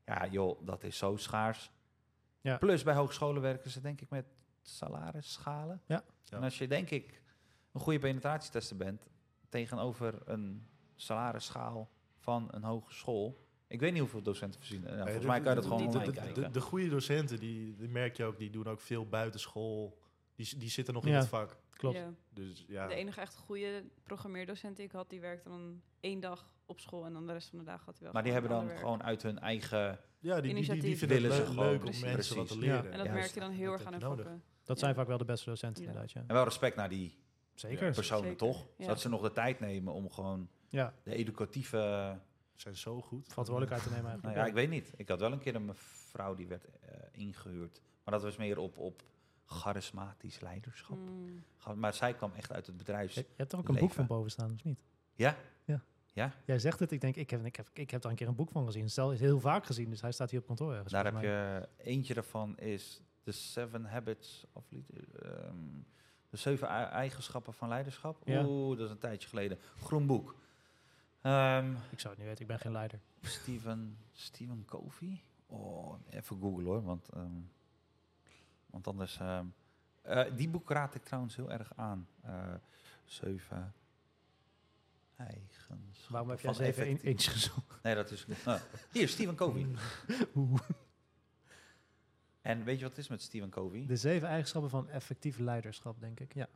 Ja, joh, dat is zo schaars. Ja. Plus bij hogescholen werken ze denk ik met salarisschalen. Ja. En als je denk ik een goede penetratietester bent tegenover een salarisschaal van een hogeschool. Ik weet niet hoeveel docenten voorzien. Nou, volgens mij kan je dat gewoon niet online te kijken. De goede docenten, die merk je ook, die doen ook veel buitenschool. Die zitten nog in Ja. het vak. Klopt. Ja. Dus ja, De enige echt goede programmeerdocent die ik had, die werkte dan 1 dag op school en dan de rest van de dag had hij wel Maar die hebben gewoon dan ander werk. gewoon uit hun eigen... die initiatief. vinden het Willen ze leuk, gewoon, leuk om precies. mensen wat te Precies. leren. En dat Juist. merk je dan heel Dat erg aan heb hun je nodig. vakken. Dat zijn vaak wel de beste docenten Ja. inderdaad, ja. En wel respect naar die Zeker. Ja. personen, Zeker, toch? ja. Zodat ze nog de tijd nemen om gewoon Ja, de educatieve... Zijn zo goed. verantwoordelijkheid te nemen Nou eigenlijk. ja, ik weet niet. Ik had wel een keer een mevrouw die werd ingehuurd. Maar dat was meer op charismatisch leiderschap. Mm. Maar zij kwam echt uit het bedrijfs... Je hebt er ook een boek leven. van boven staan, of niet? Ja? Ja. Ja? Jij zegt het, ik denk, ik heb daar een keer een boek van gezien. Stel, is heel vaak gezien, dus hij staat hier op kantoor ergens. Daar heb volgens mij. je... Eentje daarvan is The 7 Habits of de 7 eigenschappen van leiderschap. Ja. Oeh, dat is een tijdje geleden. Groen boek. Ik zou het niet weten, ik ben geen leider. Stephen Covey? Oh, even googlen hoor, want anders... die boek raad ik trouwens heel erg aan. 7 eigenschappen Waarom heb jij van 7 effectief- eentjes gezocht? Nee, dat is... hier, Stephen Covey. Oeh. En weet je wat het is met Stephen Covey? De 7 eigenschappen van effectief leiderschap, denk ik. Ja.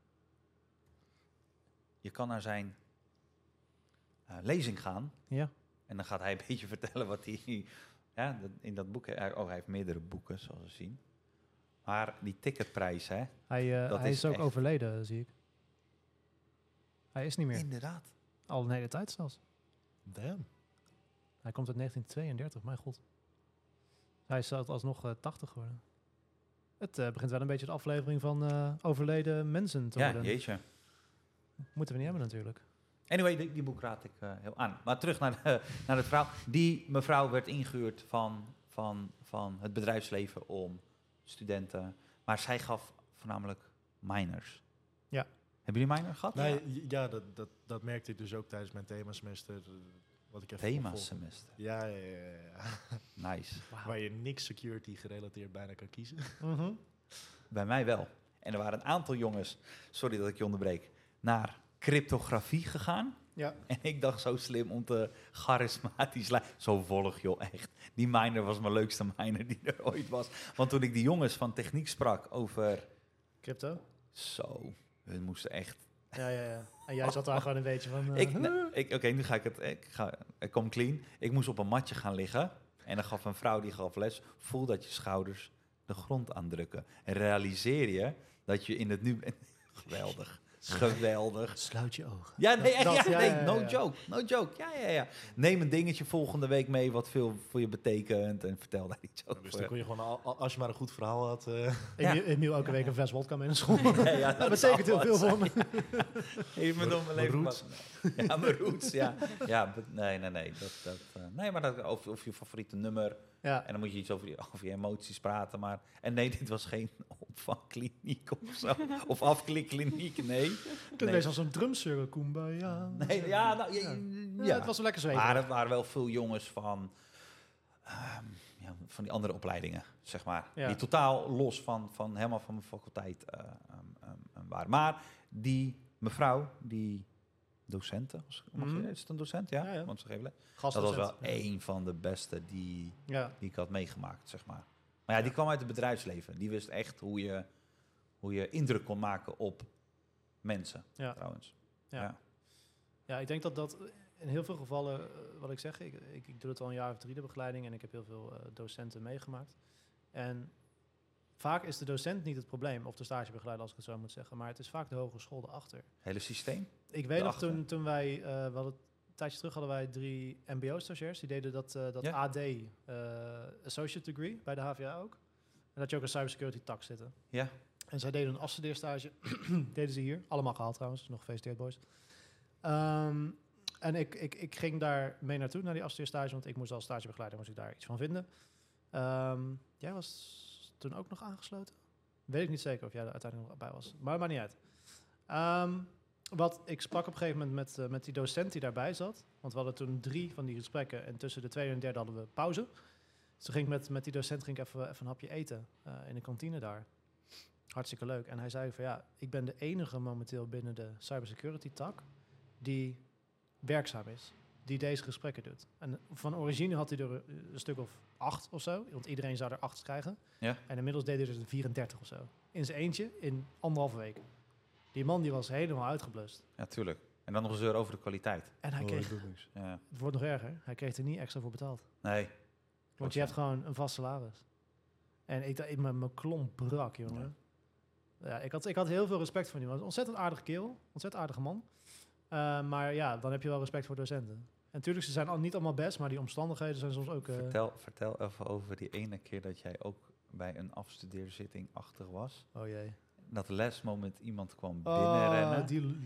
Je kan naar zijn lezing gaan. Ja. En dan gaat hij een beetje vertellen wat hij... Ja, in dat boek... hij heeft meerdere boeken, zoals we zien. Maar die ticketprijs, hè? Dat Hij is is ook echt- overleden, zie ik. Hij is niet meer. Inderdaad. Al een hele tijd zelfs. Damn. Hij komt uit 1932, mijn god. Hij is alsnog 80 geworden. Het begint wel een beetje de aflevering van overleden mensen te Ja, worden. jeetje. Moeten we niet hebben natuurlijk. Anyway, die boek raad ik heel aan. Maar terug naar het verhaal. Die mevrouw werd ingehuurd van het bedrijfsleven om studenten... Maar zij gaf voornamelijk minors. Ja. Hebben jullie minor gehad? Nee, ja, dat merkte ik dus ook tijdens mijn themasemester. Wat ik even opvolgde. Themasemester. Ja. Nice. Waar je niks security gerelateerd bijna kan kiezen. Mhm. Bij mij wel. En er waren een aantal jongens, sorry dat ik je onderbreek, naar cryptografie gegaan. Ja. En ik dacht zo slim om te charismatisch zo volg joh, echt. Die minor was mijn leukste minor die er ooit was. Want toen ik die jongens van techniek sprak over... Crypto? Zo, hun moesten echt... Ja. En jij zat daar gewoon een beetje van... Oké, nu ga ik het... Ik kom clean. Ik moest op een matje gaan liggen. En dan gaf een vrouw die gaf les. Voel dat je schouders de grond aandrukken. En realiseer je dat je in het nu bent. Geweldig. Geweldig. Sluit je ogen. Ja, nee, echt, Dat, ja, ja, nee, ja, no ja. joke, no joke. Ja. Neem een dingetje volgende week mee wat veel voor je betekent en vertel daar iets over. Dus dan kon je gewoon, als je maar een goed verhaal had... Ja. Ik nu elke week een fles wodka mee naar school. Ja, Dat betekent heel veel voor me. Even door mijn leven. roots. Ja, mijn roots, ja. Nee. Nee, maar of je favoriete nummer. Ja. En dan moet je iets over je emoties praten. Maar, en nee, dit was geen opvangkliniek of zo. Of afklikkliniek, nee. Het is als een drumcirkel, Kumbaya. Nee, ja, nou, ja. Ja, het was wel lekker zweven. Maar er waren wel veel jongens van die andere opleidingen, zeg maar. Ja. Die totaal los van helemaal van mijn faculteit waren. Maar die mevrouw, die docenten, is het een docent? Ja, Ja. want ze geven les. Dat Gastdocent. was wel één van de beste die Ja. ik had meegemaakt, zeg maar. Maar ja, die kwam uit het bedrijfsleven. Die wist echt hoe je indruk kon maken op mensen, Ja. trouwens. Ja. Ja. Ja, ik denk dat in heel veel gevallen, wat ik zeg, ik doe het al een jaar of 3 de begeleiding en ik heb heel veel docenten meegemaakt. En vaak is de docent niet het probleem, of de stagebegeleider als ik het zo moet zeggen, maar het is vaak de hogeschool erachter. Hele systeem. Ik weet nog Erachter. toen wij, een tijdje terug hadden wij 3 mbo-stagiairs, die deden dat Ja. AD, Associate Degree, bij de HVA ook. En dat je ook een cybersecurity tak zitten. Ja. En zij deden een afstudeerstage, deden ze hier. Allemaal gehaald trouwens, nog gefeliciteerd boys. En ik ging daar mee naartoe, naar die afstudeerstage, want ik moest als stagebegeleider moest ik daar iets van vinden. Jij was toen ook nog aangesloten? Weet ik niet zeker of jij er uiteindelijk nog bij was, maar maakt niet uit. ik sprak op een gegeven moment met die docent die daarbij zat. Want we hadden toen 3 van die gesprekken en tussen de tweede en derde hadden we pauze. Dus toen ging ik met die docent even een hapje eten in de kantine daar. Hartstikke leuk. En hij zei van ja, ik ben de enige momenteel binnen de cybersecurity tak die werkzaam is. Die deze gesprekken doet. En van origine had hij er een stuk of 8 of zo. Want iedereen zou er 8 krijgen. Ja. En inmiddels deed hij er 34 of zo. In zijn eentje in 1,5 week. Die man die was helemaal uitgeblust. Ja, tuurlijk. En dan nog een zeur over de kwaliteit. En hij kreeg, Ja. het wordt nog erger, hij kreeg er niet extra voor betaald. Nee. Want je hebt gewoon een vast salaris. En mijn klomp brak, jongen. Ja, ik had heel veel respect voor die man. Ontzettend aardige kerel. Ontzettend aardige man. Maar ja, dan heb je wel respect voor docenten. En natuurlijk, ze zijn niet allemaal best, maar die omstandigheden zijn soms ook... Vertel even over die ene keer dat jij ook bij een afstudeerzitting achtig was. Oh jee. Dat lesmoment iemand kwam binnenrennen.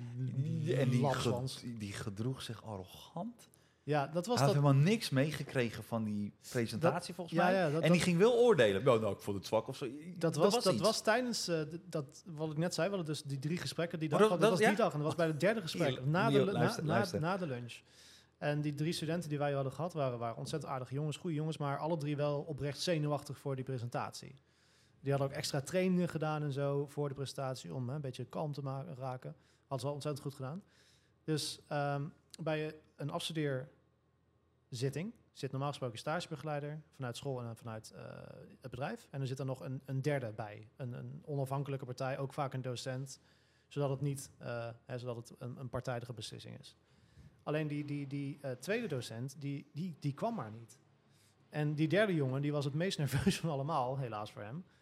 Die lapswans. Die gedroeg zich arrogant. Ja, dat was Hij had dat... helemaal niks meegekregen van die presentatie volgens mij. Ja, en die ging wel oordelen. Nou, ik vond het zwak of zo. Dat was tijdens, wat ik net zei, we hadden dus die 3 gesprekken die dag. Maar Dat was die dag en dat was bij het derde gesprek, Hier, luister. na de lunch. En die 3 studenten die wij hadden gehad, waren ontzettend aardige jongens, goede jongens, maar alle 3 wel oprecht zenuwachtig voor die presentatie. Die hadden ook extra trainingen gedaan en zo voor de presentatie om een beetje kalm te raken. Hadden ze wel ontzettend goed gedaan. Dus bij een afstudeerzitting zit normaal gesproken een stagebegeleider vanuit school en vanuit het bedrijf. En er zit er nog een derde bij. Een onafhankelijke partij, ook vaak een docent. Zodat het niet zodat het een partijdige beslissing is. Alleen die tweede docent, die kwam maar niet. En die derde jongen, die was het meest nerveus van allemaal, helaas voor hem.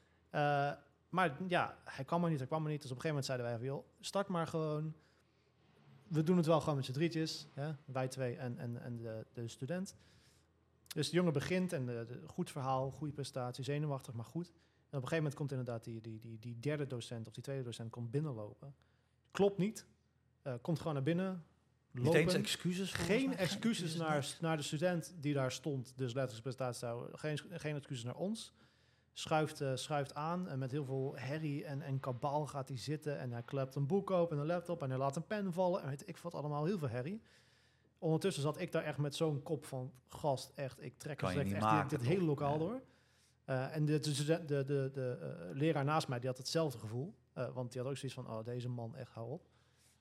Maar ja, hij kwam maar niet. Dus op een gegeven moment zeiden wij van, joh, start maar gewoon. We doen het wel gewoon met z'n drietjes. Hè? Wij 2 en de student. Dus de jongen begint en goed verhaal, goede prestatie, zenuwachtig, maar goed. En op een gegeven moment komt inderdaad die derde docent of die tweede docent komt binnenlopen. Klopt niet. Komt gewoon naar binnen. Niet eens excuses? Geen excuses naar de student die daar stond. Dus lettersprestatie zou. Geen excuses naar ons. Schuift aan en met heel veel herrie en kabaal gaat hij zitten. En hij klapt een boek open en een laptop en hij laat een pen vallen. En weet ik wat allemaal, heel veel herrie. Ondertussen zat ik daar echt met zo'n kop van gast. Echt, ik trek echt dit hele lokaal door. En de leraar naast mij, die had hetzelfde gevoel. Want die had ook zoiets van, oh, deze man, echt, hou op.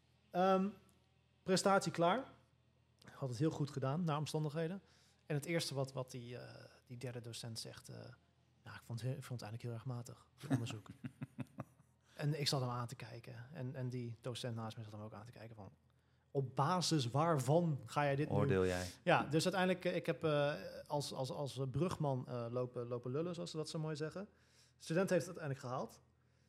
Prestatie klaar. Had het heel goed gedaan, naar omstandigheden. En het eerste wat die derde docent zegt... ik vond het eigenlijk heel erg matig, het onderzoek. En ik zat hem aan te kijken. En die docent naast me zat hem ook aan te kijken van... Op basis waarvan ga jij dit Oordeel jij? Ja, dus uiteindelijk... ik heb als brugman lopen lullen, zoals ze dat zo mooi zeggen. De student heeft het uiteindelijk gehaald.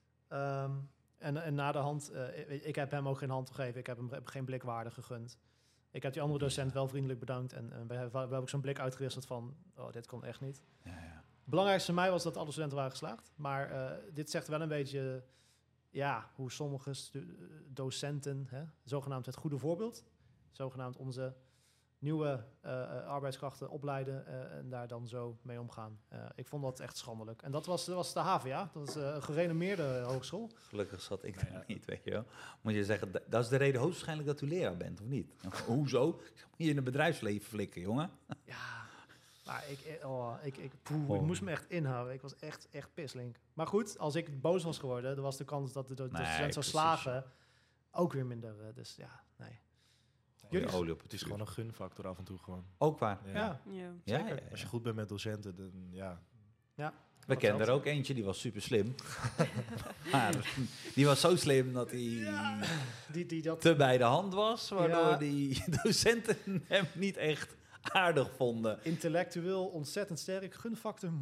En na de hand... ik heb hem ook geen hand gegeven. Ik heb hem geen blikwaarde gegund. Ik heb die andere docent wel vriendelijk bedankt. En we hebben ook zo'n blik uitgewisseld van... Oh, dit kon echt niet. Ja. Het belangrijkste voor mij was dat alle studenten waren geslaagd. Maar dit zegt wel een beetje... hoe sommige docenten... zogenaamd het goede voorbeeld... zogenaamd onze nieuwe arbeidskrachten opleiden... en daar dan zo mee omgaan. Ik vond dat echt schandelijk. En dat was de HVA. Dat is een gerenommeerde hogeschool. Gelukkig zat ik er niet, weet je wel. Moet je zeggen, dat is de reden hoogstwaarschijnlijk dat u leraar bent, of niet? Hoezo? Moet je in het bedrijfsleven flikken, jongen? Ja... Maar ik moest me echt inhouden. Ik was echt pisslink. Maar goed, als ik boos was geworden... dan was de kans dat de student zou slagen... ook weer minder. Dus ja, nee. Het is gewoon een gunfactor af en toe gewoon. Ook waar. Ja. Als je goed bent met docenten, dan ja. We kenden er ook eentje, die was super slim. Maar die was zo slim dat hij dat te bij de hand was... waardoor die docenten hem niet echt... aardig vonden. Intellectueel ontzettend sterk. Gunfactor.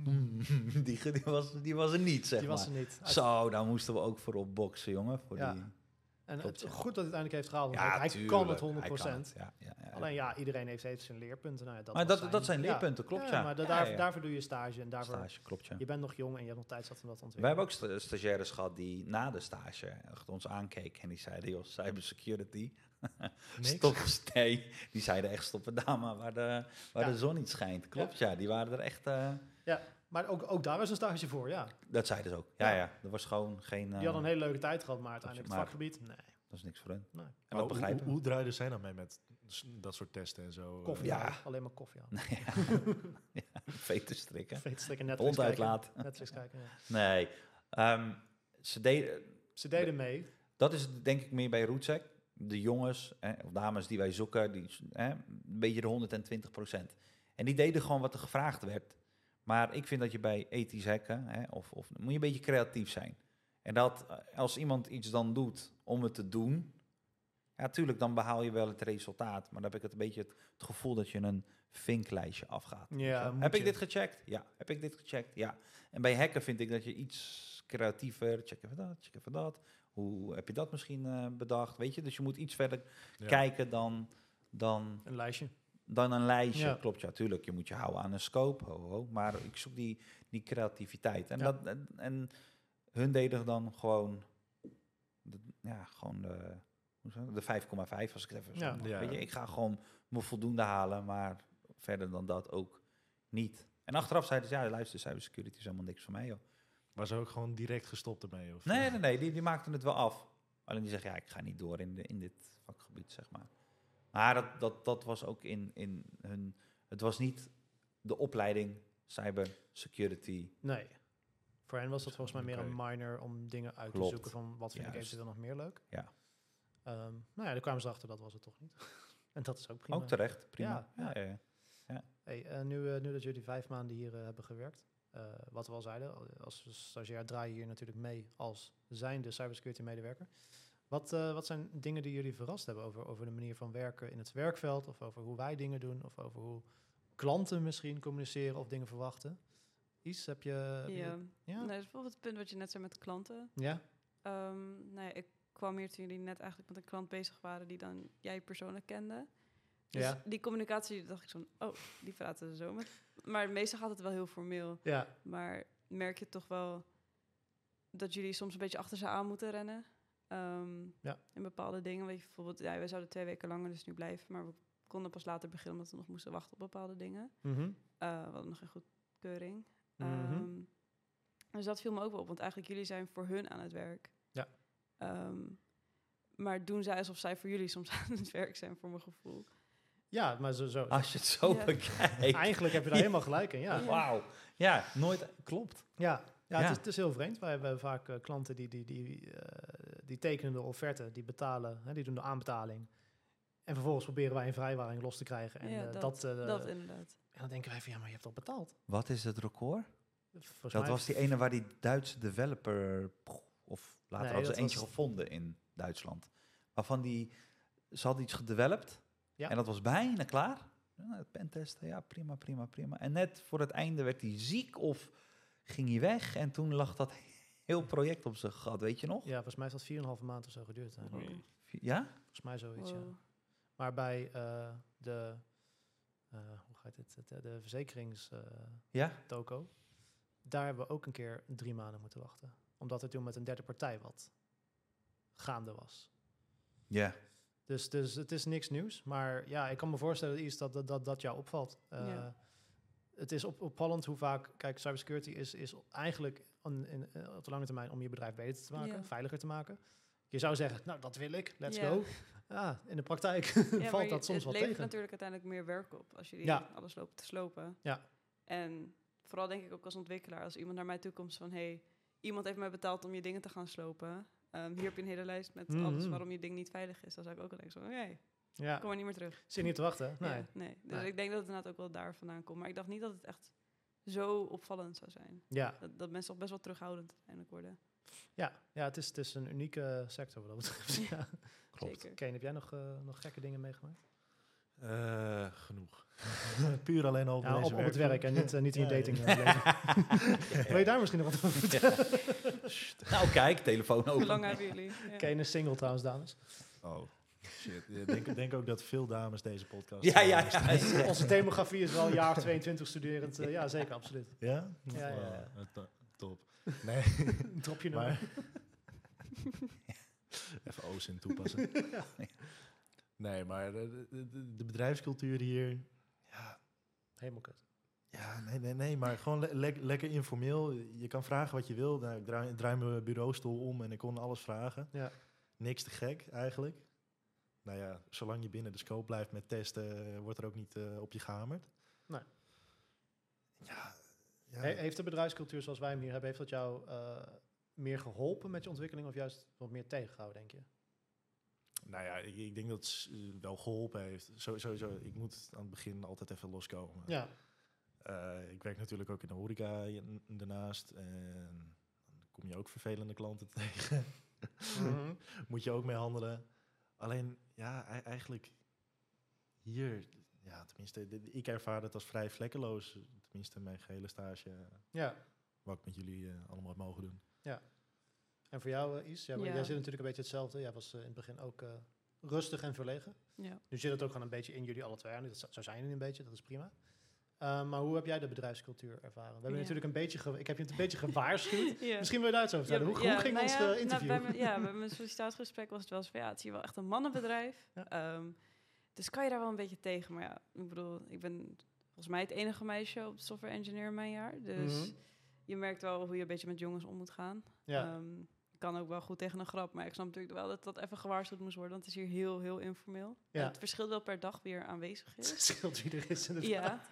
Die was er niet, zeg die maar. Was er niet. Zo, daar moesten we ook voor op boksen, jongen. En het goed dat hij het uiteindelijk heeft gehaald. Ja, hij kan het 100%. Ja. Alleen iedereen heeft zijn leerpunten. Nou, dat zijn leerpunten, klopt ja. Maar daarvoor doe je stage. En daarvoor, stage, klopt ja. Je bent nog jong en je hebt nog tijd zat om dat te ontwikkelen. Wij hebben ook stagiaires gehad die na de stage echt ons aankeken. En die zeiden, joh, cybersecurity... die zeiden echt stoppen dame waar de zon niet schijnt. Klopt, ja. Die waren er echt... Ja, maar ook daar is een stage voor, ja. Dat zeiden ze ook. Ja. Er was gewoon geen... Die hadden een hele leuke tijd gehad, maar uiteindelijk het vakgebied, nee. Dat is niks voor hun. Nee. En Maar dat begrijpen we. hoe draaiden zij dan mee met dat soort testen en zo? Koffie Ja. halen, alleen maar koffie halen. Ja, veten strikken. Strikken, Netflix Hond kijken. uitlaten. Netflix kijken, ja. Nee. Ze deden... Ze deden mee. Dat is denk ik meer bij Rootsec. De jongens of dames die wij zoeken, die, een beetje de 120%. En die deden gewoon wat er gevraagd werd. Maar ik vind dat je bij ethisch hacken, of moet je een beetje creatief zijn. En dat als iemand iets dan doet om het te doen, ja, tuurlijk, dan behaal je wel het resultaat. Maar dan heb ik het een beetje het gevoel dat je een vinklijstje afgaat. Ja, moet Heb ik je. dit gecheckt? Ja. Heb ik dit gecheckt? Ja. En bij hacken vind ik dat je iets creatiever, check even dat. Hoe heb je dat misschien bedacht? Weet je, dus je moet iets verder kijken dan Een lijstje. een lijstje. Ja. Klopt, ja, tuurlijk. Je moet je houden aan een scope. Maar ik zoek die creativiteit. En, Ja. en hun deden dan gewoon de 5,5 als ik het even zo Ja. mag. Ja. Weet je, ik ga gewoon mijn voldoende halen, maar verder dan dat ook niet. En achteraf zeiden ze, ja, luister, cybersecurity is helemaal niks voor mij, joh. Was ze ook gewoon direct gestopt ermee? Of, Nee, die maakten het wel af. Alleen die zeggen, ja, ik ga niet door in dit vakgebied, zeg maar. Maar dat was ook in hun... Het was niet de opleiding cybersecurity. Nee. Voor hen was dat volgens mij meer Oké. een minor om dingen uit Klopt. te zoeken van wat vind ik Juist. eventueel nog meer leuk. Ja. Nou ja, daar kwamen ze achter, dat was het toch niet. En dat is ook prima. Ook terecht, prima. Ja, Ja. Hey, nu dat jullie 5 maanden hier hebben gewerkt, wat we al zeiden, als stagiair draai je hier natuurlijk mee als zijnde cybersecurity medewerker. Wat zijn dingen die jullie verrast hebben over de manier van werken in het werkveld, of over hoe wij dingen doen, of over hoe klanten misschien communiceren of dingen verwachten? Iets, heb je... Ja. Ja? Nee, dat is bijvoorbeeld het punt wat je net zei met klanten. Ja? Ik kwam hier toen jullie net eigenlijk met een klant bezig waren die dan jij persoonlijk kende. Dus Ja. die communicatie, dacht ik zo, die praten ze zo met. Maar meestal gaat het wel heel formeel. Ja. Maar merk je toch wel dat jullie soms een beetje achter ze aan moeten rennen? In bepaalde dingen. Weet je, bijvoorbeeld, wij zouden 2 weken langer dus nu blijven, maar we konden pas later beginnen omdat we nog moesten wachten op bepaalde dingen. Mhm. We hadden nog geen goedkeuring. Mhm. Dus dat viel me ook wel op, want eigenlijk jullie zijn voor hun aan het werk. Ja. Maar doen zij alsof zij voor jullie soms aan het werk zijn, voor mijn gevoel. Ja, maar zo. Als je het zo Ja. bekijkt. Eigenlijk heb je daar helemaal gelijk in, ja. Ja. Wauw. Ja, nooit. Klopt. Ja, Ja. Het is heel vreemd. Wij hebben vaak klanten die tekenen de offerte, die betalen, die doen de aanbetaling. En vervolgens proberen wij een vrijwaring los te krijgen. En Ja, dat inderdaad. en dan denken wij van, ja, maar je hebt al betaald. Wat is het record? Volgens Dat mij- was die ene waar die Duitse developer... Of later Nee, hadden ze dat eentje was- gevonden in Duitsland. Waarvan ze hadden iets gedeveloped. Ja. En dat was bijna klaar. Ja, het pentesten, ja, prima. En net voor het einde werd hij ziek of ging hij weg. En toen lag dat heel project op zijn gat, weet je nog? Ja, volgens mij heeft dat 4,5 maand of zo geduurd. Wow. Ja? Volgens mij zoiets, ja. Wow. Maar bij de verzekeringstoko, Ja? daar hebben we ook een keer 3 maanden moeten wachten. Omdat er toen met een derde partij wat gaande was. Ja. Dus het is niks nieuws. Maar ja, ik kan me voorstellen iets dat jou opvalt. Ja. Het is opvallend hoe vaak... Kijk, cybersecurity is eigenlijk op de lange termijn om je bedrijf beter te maken, Ja. veiliger te maken. Je zou zeggen, nou, dat wil ik, let's Ja. go. Ja, in de praktijk Ja, maar valt dat soms het wel levert tegen. natuurlijk uiteindelijk meer werk op als jullie Ja. alles lopen te slopen. Ja. En vooral denk ik ook als ontwikkelaar, als iemand naar mij toe komt van, hey, iemand heeft mij betaald om je dingen te gaan slopen. Hier heb je een hele lijst met Mhm. alles waarom je ding niet veilig is. Dan zou ik ook wel denken, oké, Ja, kom maar niet meer terug. zit niet te wachten, hè? Nee. Ja, nee. Dus Nee. ik denk dat het inderdaad ook wel daar vandaan komt. Maar ik dacht niet dat het echt zo opvallend zou zijn. Ja, Dat mensen toch best wel terughoudend uiteindelijk worden. ja, het is een unieke sector wat dat betreft. Ja. Klopt. Zeker. Kane, heb jij nog gekke dingen meegemaakt? Genoeg. Puur alleen al Ja, deze op het werk en niet in je Ja, dating ja. leven. Wil je daar misschien nog wat over vertellen? Nou kijk, telefoon Hoe open. lang hebben jullie? Ja. Kane is single trouwens, dames. Oh, shit. Ik denk ook dat veel dames deze podcast... Ja. Onze demografie is wel jaar 22 studerend. Ja, zeker, absoluut. Ja? Ja. Top. Nee, Drop je nummer. maar... Even OSINT toepassen. Nee, maar de bedrijfscultuur hier... Ja, Helemaal kut. ja nee, maar gewoon lekker informeel. Je kan vragen wat je wil. Nou, ik draai mijn bureaustoel om en ik kon alles vragen. Ja. niks te gek eigenlijk. Nou ja, zolang je binnen de scope blijft met testen, wordt er ook niet op je gehamerd. Nee. Ja, Heeft de bedrijfscultuur zoals wij hem hier hebben, heeft dat jou meer geholpen met je ontwikkeling of juist wat meer tegengehouden, denk je? nou ja, ik denk dat het wel geholpen heeft. Sowieso, ik moet aan het begin altijd even loskomen. Ja. Ik werk natuurlijk ook in de horeca daarnaast. En dan kom je ook vervelende klanten tegen. Mhm. Moet je ook mee handelen. Alleen, ja, eigenlijk hier... Ja, tenminste, ik ervaar het als vrij vlekkeloos. Tenminste, mijn gehele stage... Ja. wat ik met jullie allemaal heb mogen doen. En voor jou, Is? Ja. Jij zit natuurlijk een beetje hetzelfde. Jij was in het begin ook rustig en verlegen. Ja. Nu zit het ook gewoon een beetje in jullie alle twee. En zo zijn jullie een beetje, dat is prima. Maar hoe heb jij de bedrijfscultuur ervaren? We hebben Ja. natuurlijk een beetje... ik heb je het een beetje gewaarschuwd. Ja. Misschien wil je daar iets over vertellen. Hoe ging nou ons ja, interview? bij mijn sollicitatiegesprek was het wel zo van, ja, het is hier wel echt een mannenbedrijf. Ja. Dus kan je daar wel een beetje tegen. Maar ja, ik bedoel, ik ben volgens mij het enige meisje op de software engineer in mijn jaar. Dus Mhm. je merkt wel hoe je een beetje met jongens om moet gaan. Ja. Ik kan ook wel goed tegen een grap, maar ik snap natuurlijk wel dat dat even gewaarschuwd moest worden. Want het is hier heel, heel informeel. Ja. Het verschilt wel per dag wie er aanwezig is. Het scheelt wie er is inderdaad. Ja,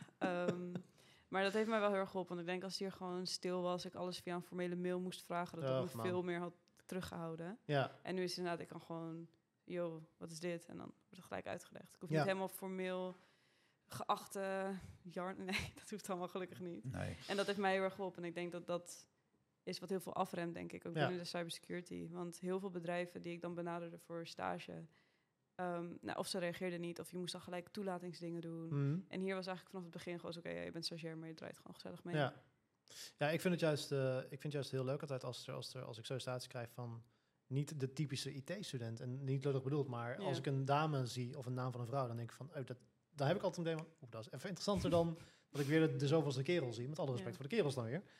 maar dat heeft mij wel heel erg geholpen. Want ik denk als het hier gewoon stil was, ik alles via een formele mail moest vragen, dat dat Och, me man. veel meer had teruggehouden. Ja. En nu is het inderdaad, ik kan gewoon, yo, wat is dit? En dan wordt het gelijk uitgelegd. Ik hoef Ja. niet helemaal formeel geachte nee, dat hoeft allemaal gelukkig niet. Nee. En dat heeft mij heel erg geholpen. En ik denk dat dat is wat heel veel afremt, denk ik, ook Ja. binnen de cybersecurity. Want heel veel bedrijven die ik dan benaderde voor stage, of ze reageerden niet, of je moest dan gelijk toelatingsdingen doen. Mhm. En hier was eigenlijk vanaf het begin gewoon oké, ja, je bent stagiair, maar je draait gewoon gezellig mee. Ja. Ja, ik vind het juist heel leuk altijd als ik sollicitaties krijg van niet de typische IT-student. En niet lullig bedoeld, maar Ja. als ik een dame zie of een naam van een vrouw, dan denk ik van, daar heb ik altijd een idee van, dat is even interessanter dan dat ik weer de zoveelste kerel zie. Met alle respect Ja. voor de kerels dan weer.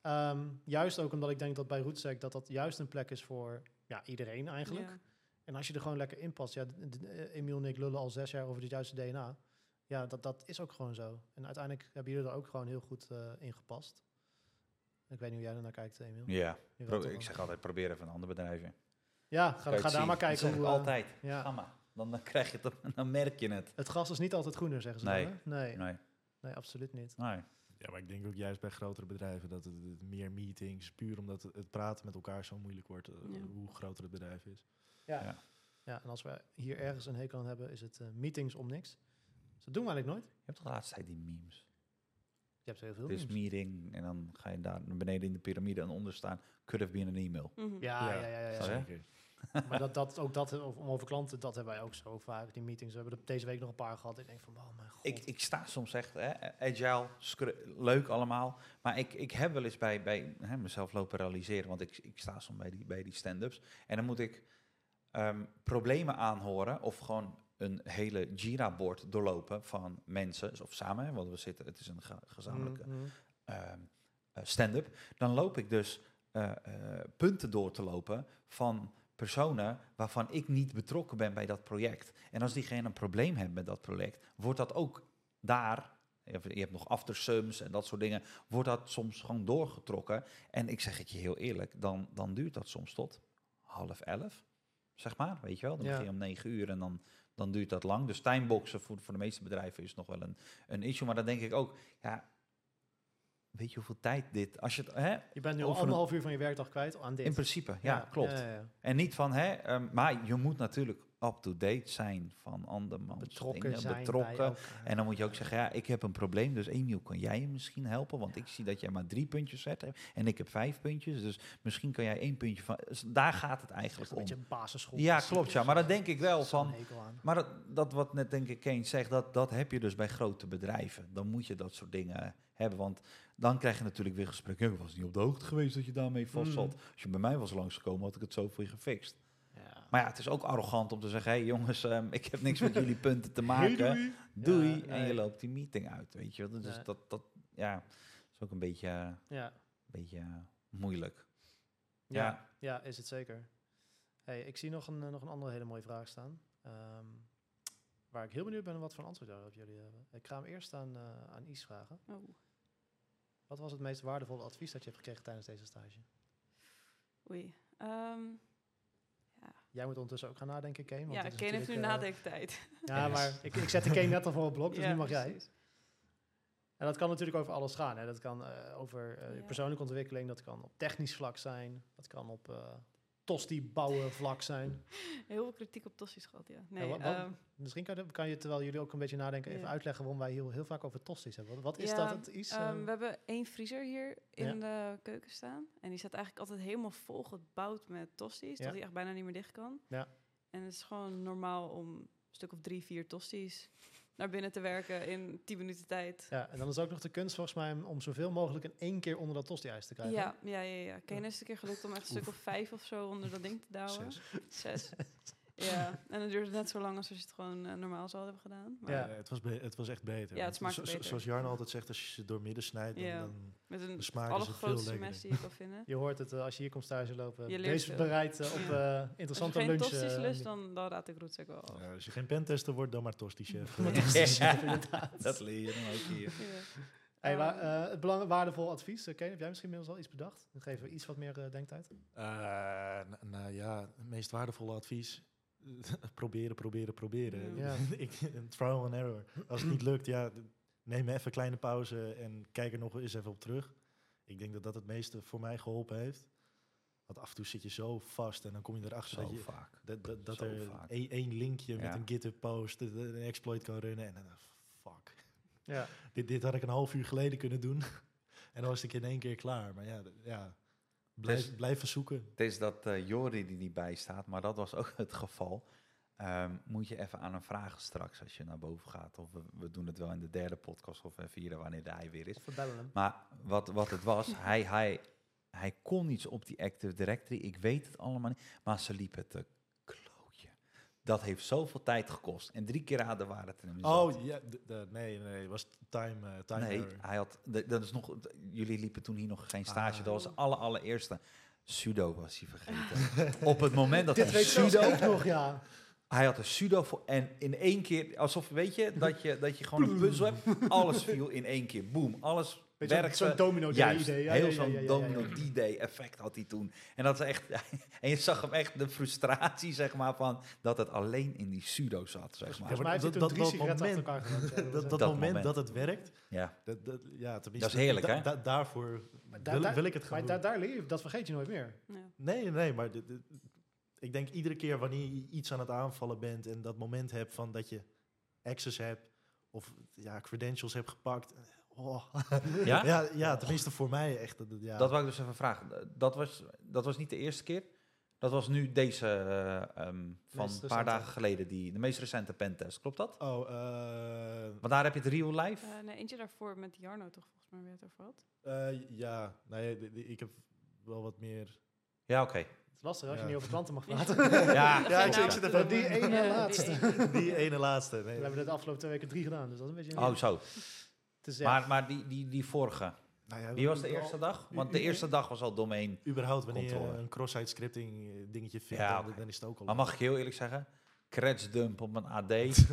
Juist ook omdat ik denk dat bij Rootsec dat juist een plek is voor iedereen eigenlijk. Ja. En als je er gewoon lekker in past. Ja, Emiel en ik lullen al 6 jaar over het juiste DNA. Ja, dat is ook gewoon zo. En uiteindelijk hebben jullie er ook gewoon heel goed in gepast. Ik weet niet hoe jij er naar kijkt, Emiel. Ja, Je weet toch ik wel. zeg altijd, probeer even een ander bedrijf. Ja, Kan je ga het daar zien? maar Dat kijken. zeg ik Hoe, altijd. ja. Ga maar. Dan krijg je het, dan merk je het. Het gras is niet altijd groener, zeggen ze Nee. dan, hè? Nee. Nee. Nee, absoluut niet. Nee. Ja, maar ik denk ook juist bij grotere bedrijven dat het meer meetings, puur omdat het praten met elkaar zo moeilijk wordt, Ja. hoe groter het bedrijf is. Ja. Ja. Ja, en als we hier ergens een hekel aan hebben, is het meetings om niks. Dus dat doen we eigenlijk nooit. Je hebt toch de laatste tijd die memes? Je hebt heel veel Het is memes. meeting en dan ga je daar naar beneden in de piramide en onder staan. Could have been an email. Mhm. Ja. Sorry? Zeker. Maar om over klanten, dat hebben wij ook zo vaak, die meetings. We hebben er deze week nog een paar gehad. Ik denk van, oh mijn god. Ik sta soms echt, agile, leuk allemaal. Maar ik heb wel eens bij mezelf lopen realiseren, want ik sta soms bij die stand-ups. En dan moet ik problemen aanhoren of gewoon een hele Jira-board doorlopen van mensen, of samen, hè, want het is een gezamenlijke stand-up. Dan loop ik dus punten door te lopen van personen waarvan ik niet betrokken ben bij dat project. En als diegene een probleem heeft met dat project, wordt dat ook daar, je hebt nog aftersums en dat soort dingen, wordt dat soms gewoon doorgetrokken. En ik zeg het je heel eerlijk, dan duurt dat soms tot 10:30, zeg maar, weet je wel. Dan Ja. begin je om 9 uur en dan duurt dat lang. Dus timeboxen voor de meeste bedrijven is nog wel een issue. Maar dan denk ik ook, ja, weet je hoeveel tijd dit, als je het, Je bent nu al over 1,5 uur van je werkdag kwijt aan dit. in principe, ja, klopt. Ja. En niet van, maar je moet natuurlijk up-to-date zijn van andermans Betrokken dingen, zijn betrokken. bij elkaar. En dan moet je ook zeggen, ja, ik heb een probleem, dus Emiel, kan jij hem misschien helpen? Want ik zie dat jij maar 3 puntjes zet hebt en ik heb 5 puntjes, dus misschien kan jij 1 puntje van... Dus daar gaat het Echt eigenlijk een om. beetje een basisschool. Ja, klopt, ja. Maar dat denk ik wel Zo'n van... hekel aan. Maar dat wat net denk ik Kane zegt, dat heb je dus bij grote bedrijven. Dan moet je dat soort dingen hebben, want dan krijg je natuurlijk weer gesprek. Ik was niet op de hoogte geweest dat je daarmee vast zat. Als je bij mij was langsgekomen, had ik het zo voor je gefixt. Ja. Maar ja, het is ook arrogant om te zeggen, hey jongens, ik heb niks met jullie punten te maken. Hey, Doei. Ja, En nee. je loopt die meeting uit, weet je. Dus Nee. dat is ook een beetje moeilijk. Ja, is het zeker. Hey, ik zie nog een andere hele mooie vraag staan. Waar ik heel benieuwd ben wat voor antwoord daarop jullie hebben. Ik ga hem eerst aan Is vragen. Oh. Wat was het meest waardevolle advies dat je hebt gekregen tijdens deze stage? Oei. Ja. Jij moet ondertussen ook gaan nadenken, Kane. Want Ja, het is Kane heeft nu natuurlijk, nadenktijd. Ja, maar ik zette Kane net al voor het blok, dus Ja, nu mag jij. precies. En dat kan natuurlijk over alles gaan. Hè. Dat kan over Ja. persoonlijke ontwikkeling, dat kan op technisch vlak zijn, dat kan op tosti bouwen vlak zijn. Heel veel kritiek op tossies gehad, ja. Nee, wat- Misschien kan je, terwijl jullie ook een beetje nadenken, even Ja. uitleggen waarom wij heel vaak over tosti's hebben. Wat is Ja, dat? Het is, we hebben 1 vriezer hier in de keuken staan. En die staat eigenlijk altijd helemaal volgebouwd met tosti's, Ja. dat hij echt bijna niet meer dicht kan. Ja. En het is gewoon normaal om een stuk of 3, 4 tosti's naar binnen te werken in 10 minuten tijd. ja, en dan is ook nog de kunst volgens mij om zoveel mogelijk in één keer onder dat tosti-ijs te krijgen. Ja. Kane is het een keer gelukt om echt een stuk of 5 of zo onder dat ding te douwen. 6. Ja, en dan duurt het net zo lang als je het gewoon normaal zou hebben gedaan. Maar Ja. Het was echt beter. Ja, het Want smaakte beter. Zoals Jarno altijd zegt, als je ze doormidden snijdt, Ja. dan met een de smaak is het veel allergrootste lekkerder. mes die je kan vinden. Je hoort het als je hier komt stage lopen. Je leert Wees veel. bereid op Als je interessante geen lunch. tosti's lust, dan raad ik Roetzek wel af. Ja, als je geen pentester wordt, dan maar tosti-chef. Dat leer je dan ook hier. Ja. Hey, het waardevol advies. Kane, heb jij misschien inmiddels al iets bedacht? Dan geven we iets wat meer denktijd. Nou ja, het meest waardevolle advies. proberen. Ja. Trial and error. Als het niet lukt, neem even een kleine pauze en kijk er nog eens even op terug. Ik denk dat dat het meeste voor mij geholpen heeft. Want af en toe zit je zo vast en dan kom je erachter Zo dat, vaak. dat Zo er vaak. één linkje Ja. met een GitHub post, een exploit kan runnen. En dan, fuck. Ja. Dit had ik een half uur geleden kunnen doen. En dan was ik in 1 keer klaar. Maar blijven zoeken. Het is dat Jori die niet bij staat, maar dat was ook het geval. Moet je even aan hem vragen straks als je naar boven gaat. Of we doen het wel in de 3e podcast of 4e wanneer hij weer is. Of we bellen hem. Maar wat het was, hij kon iets op die Active Directory. Ik weet het allemaal niet, maar ze liepen te klootje. Dat heeft zoveel tijd gekost. En 3 keer raden waren het er hem zat. Oh, ja, nee, het was time Nee, error. hij had, dat is nog, jullie liepen toen hier nog geen stage. Ah. Dat was de allereerste. Sudo was hij vergeten. Op het moment dat Dit hij weet zelfs sudo... ook nog, ja. Hij had een sudo voor en in 1 keer, alsof weet je dat je gewoon een puzzel hebt. Alles viel in 1 keer, boom, alles Weet je, werkte. zo'n domino Juist, idee. heel zo'n domino D-day effect had hij toen. En dat is echt, en je zag hem echt de frustratie zeg maar van dat het alleen in die sudo zat zeg maar. Volgens mij heeft hij toen 3 sigaretten achter elkaar gedaan. Dat Dat moment moment. dat het werkt, Ja, tenminste, Dat is heerlijk, hè? Daarvoor Daar- wil ik het gewoon Maar doen. daar leer je, dat vergeet je nooit meer. Ja. Nee, maar ik denk iedere keer wanneer je iets aan het aanvallen bent en dat moment hebt van dat je access hebt of credentials hebt gepakt. Oh. ja? ja, tenminste voor mij echt. Dat wou ik dus even vragen. Dat was niet de eerste keer. Dat was nu deze van een paar recente. dagen geleden, de meest recente pentest. Klopt dat? Oh, Want daar heb je het real life. Nee, eentje daarvoor met Jarno toch volgens mij weer het over had. ja, nee, ik heb wel wat meer. Ja, oké. Het is lastig als je Ja. niet over klanten mag praten. Ja, Ja, Nou, ik zit even die ene die laatste. die ene laatste. We Nee. hebben de afgelopen 2 weken 3 gedaan, dus dat is een beetje... Oh, zo. Het is, ja, Maar die vorige, Nou ja, wie was de eerste dag? Want de eerste dag was al domein. Überhaupt, wanneer Controle. je een cross-site scripting dingetje vindt, Ja, dan, oké. dan is het ook al. Maar mag ik heel eerlijk zeggen? Creds-dump op een AD.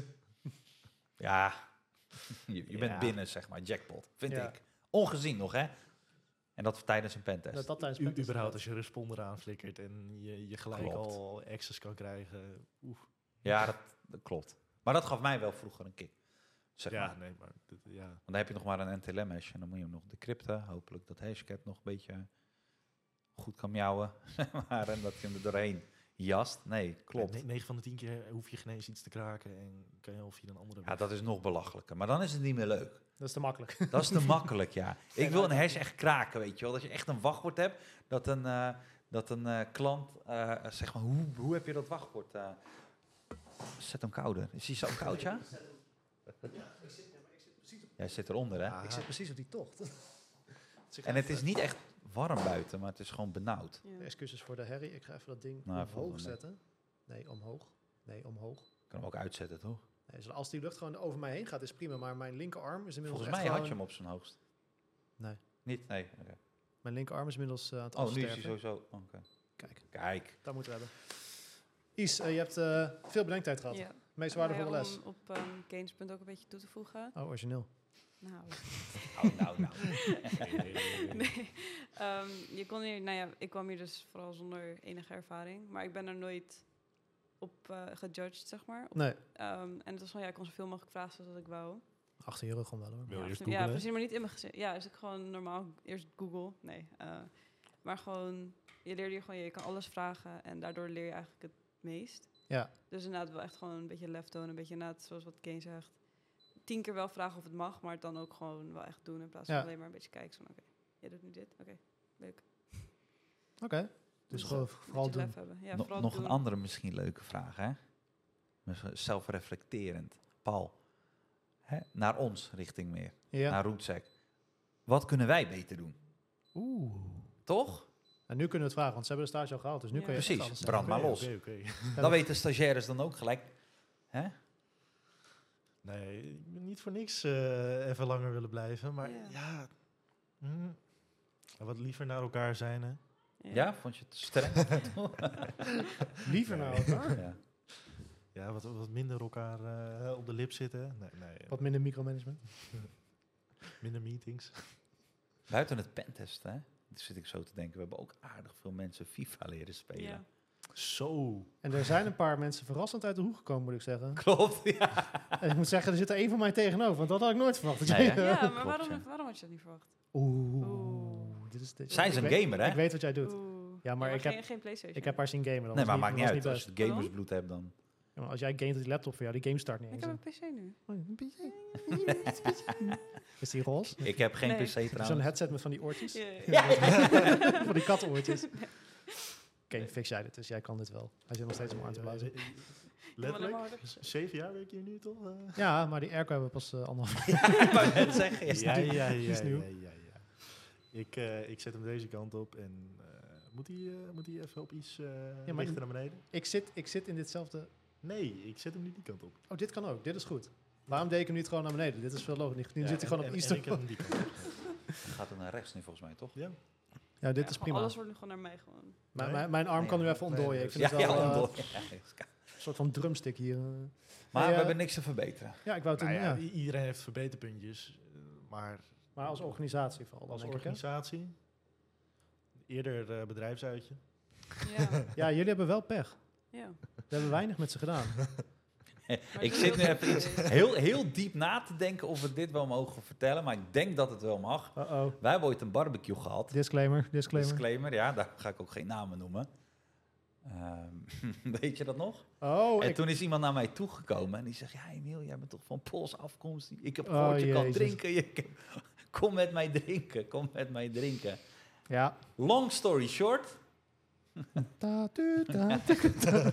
Ja, je bent Ja. binnen, zeg maar. Jackpot, vind Ja. ik. Ongezien nog, hè? En dat tijdens een pentest. dat tijdens pentest. Überhaupt, als je een responder aanflikkert en je gelijk Klopt. al access kan krijgen. Ja, dat klopt. Maar dat gaf mij wel vroeger een kick. Zeg Ja, maar. nee, maar ja. Want dan heb je nog maar een NTLM-hash en dan moet je hem nog decrypten. Hopelijk dat hashcat nog een beetje goed kan miauwen. Maar en dat je hem er doorheen jast. Nee, klopt. 9 van de 10 keer hoef je geen eens iets te kraken en kan je al via een andere Ja, weg. dat is nog belachelijker. Maar dan is het niet meer leuk. Dat is te makkelijk. Dat is te makkelijk, ja. Ik wil een hash echt kraken, weet je wel. Dat je echt een wachtwoord hebt. Dat een klant zegt maar, hoe heb je dat wachtwoord? Zet hem kouder. Is hij zo koud, ja? Jij zit eronder, hè? Ik zit precies op die tocht. En het is niet echt warm buiten, maar het is gewoon benauwd. Ja. Excuses voor de herrie. Ik ga even dat ding Nou, omhoog volgende. zetten. Nee, omhoog. Nee, omhoog. Ik kan hem ook uitzetten, toch? Nee, dus als die lucht gewoon over mij heen gaat, is prima. Maar mijn linkerarm is inmiddels Volgens mij echt had je gewoon- hem op zijn hoogst. Nee. Niet? Nee. Oké. Mijn linkerarm is inmiddels aan het Oh, nu is hij afsterven. sowieso. Oké. Kijk, Kijk. dat moeten we hebben. Is, je hebt veel bedenktijd gehad. Ja. Meest waardevolle Maar les. Om op Gaines.punt ook een beetje toe te voegen. Oh, origineel. Nou, Nou. nee. Je kon hier, nou ja, ik kwam hier dus vooral zonder enige ervaring. Maar ik ben er nooit gejudged, zeg maar. Nee, En het was van, ja, ik kon zoveel mogelijk vragen zoals dat ik wou. achter je rug gewoon wel hoor. Wil je eerst ja, googlen? precies, maar niet in mijn gezicht. Ja, dus ik gewoon normaal eerst Google. Nee. Maar gewoon, je leert hier gewoon, je kan alles vragen en daardoor leer je eigenlijk het meest. Ja. Dus inderdaad wel echt gewoon een beetje lef tonen, een beetje inderdaad, zoals wat Kane zegt. 10 keer wel vragen of het mag, maar het dan ook gewoon wel echt doen in plaats van Ja. alleen maar een beetje kijken van, oké, jij doet nu dit, oké, leuk. Oké, dus gewoon Een vooral beetje doen. lef hebben. Ja, No- vooral nog doen. een andere misschien leuke vraag, hè? Zelfreflecterend. Paul, hè? Naar ons richting meer. Ja. Naar Rootsec. Wat kunnen wij beter doen? Oeh. Toch? En nu kunnen we het vragen, want ze hebben de stage al gehaald. Dus nu Ja. kun je echt Precies, alles zeggen. brand maar los. Oké. Dan weten stagiaires dan ook gelijk. Hè? Nee, ik ben niet voor niks even langer willen blijven. Maar Ja. ja, wat liever naar elkaar zijn. Hè? Ja, vond je het streng? Liever naar Nee. elkaar. Ja. Ja, wat minder elkaar op de lip zitten. Nee, Wat minder micromanagement. minder meetings. Buiten het pentesten, hè? Dat zit ik zo te denken. We hebben ook aardig veel mensen FIFA leren spelen. Ja. Zo. En er zijn een paar mensen verrassend uit de hoek gekomen, moet ik zeggen. Klopt, ja. En ik moet zeggen, er zit er één van mij tegenover, want dat had ik nooit verwacht. Dat Nee, jij- hè? Ja, maar Klopt, waarom, ja. waarom had je dat niet verwacht? Oeh. Dit is Zij is ik een weet- gamer, hè? Ik weet wat jij doet. Oeh. Ja, maar ik geen, heb- geen PlayStation. Ik heb haar zien gamen. Dat Nee, was maar maakt niet dat uit. was Als je best. het gamersbloed hebt, dan... Ja, maar als jij gamet op die laptop voor jou, die game start niet Ik eens. heb een PC nu. Oh, een PC. Is die roze? Ik heb geen Nee. PC Zo'n trouwens. headset met van die oortjes? Ja. Van die kattenoortjes. Oké, fix jij dit, dus jij kan dit wel. Hij zit nog steeds om aan te blazen. Letterlijk. 7 jaar werk je hier nu toch? Ja, maar die airco hebben we pas 1,5 Ik wou net zeggen. Ja, ja, ja, is nieuw. ja. Ik zet hem deze kant op en moet hij even op iets maar- lichter naar beneden? Ik zit in ditzelfde... Nee, ik zet hem nu die kant op. Oh, dit kan ook. Dit is goed. Waarom deed ik hem niet gewoon naar beneden? Dit is veel logisch. Nu Ja, zit hij gewoon en- op iets en ik te... heb hem die kant op. Gaat er naar rechts nu volgens mij, toch? Ja. Ja, dit Ja, is gewoon prima. Alles wordt nu gewoon naar mij gewoon. Mijn arm kan nu even Nee, ontdooien. nee, Ik vind Ja, het wel ja, een ontdooien. soort van drumstick hier. Maar Hey, we hebben niks te verbeteren. Ja, ik wou het Nou doen, ja, ja. iedereen heeft verbeterpuntjes, maar Maar als organisatie vooral, als denk ik, hè? organisatie, eerder bedrijfsuitje. Ja. Ja, jullie hebben wel pech. Ja. We hebben weinig met ze gedaan. Ik zit nu even iets heel diep na te denken of we dit wel mogen vertellen. Maar ik denk dat het wel mag. Uh-oh. Wij hebben ooit een barbecue gehad. Disclaimer. Disclaimer, ja, daar ga ik ook geen namen noemen. Weet je dat nog? Oh, En ik... toen is iemand naar mij toegekomen en die zegt... Ja, Emiel, jij bent toch van Poolse afkomst? Ik heb Oh, gehoord, je kan Jezus. drinken. Kom met mij drinken, kom met mij drinken. Ja. Long story short, Ta, tu, ta, tu.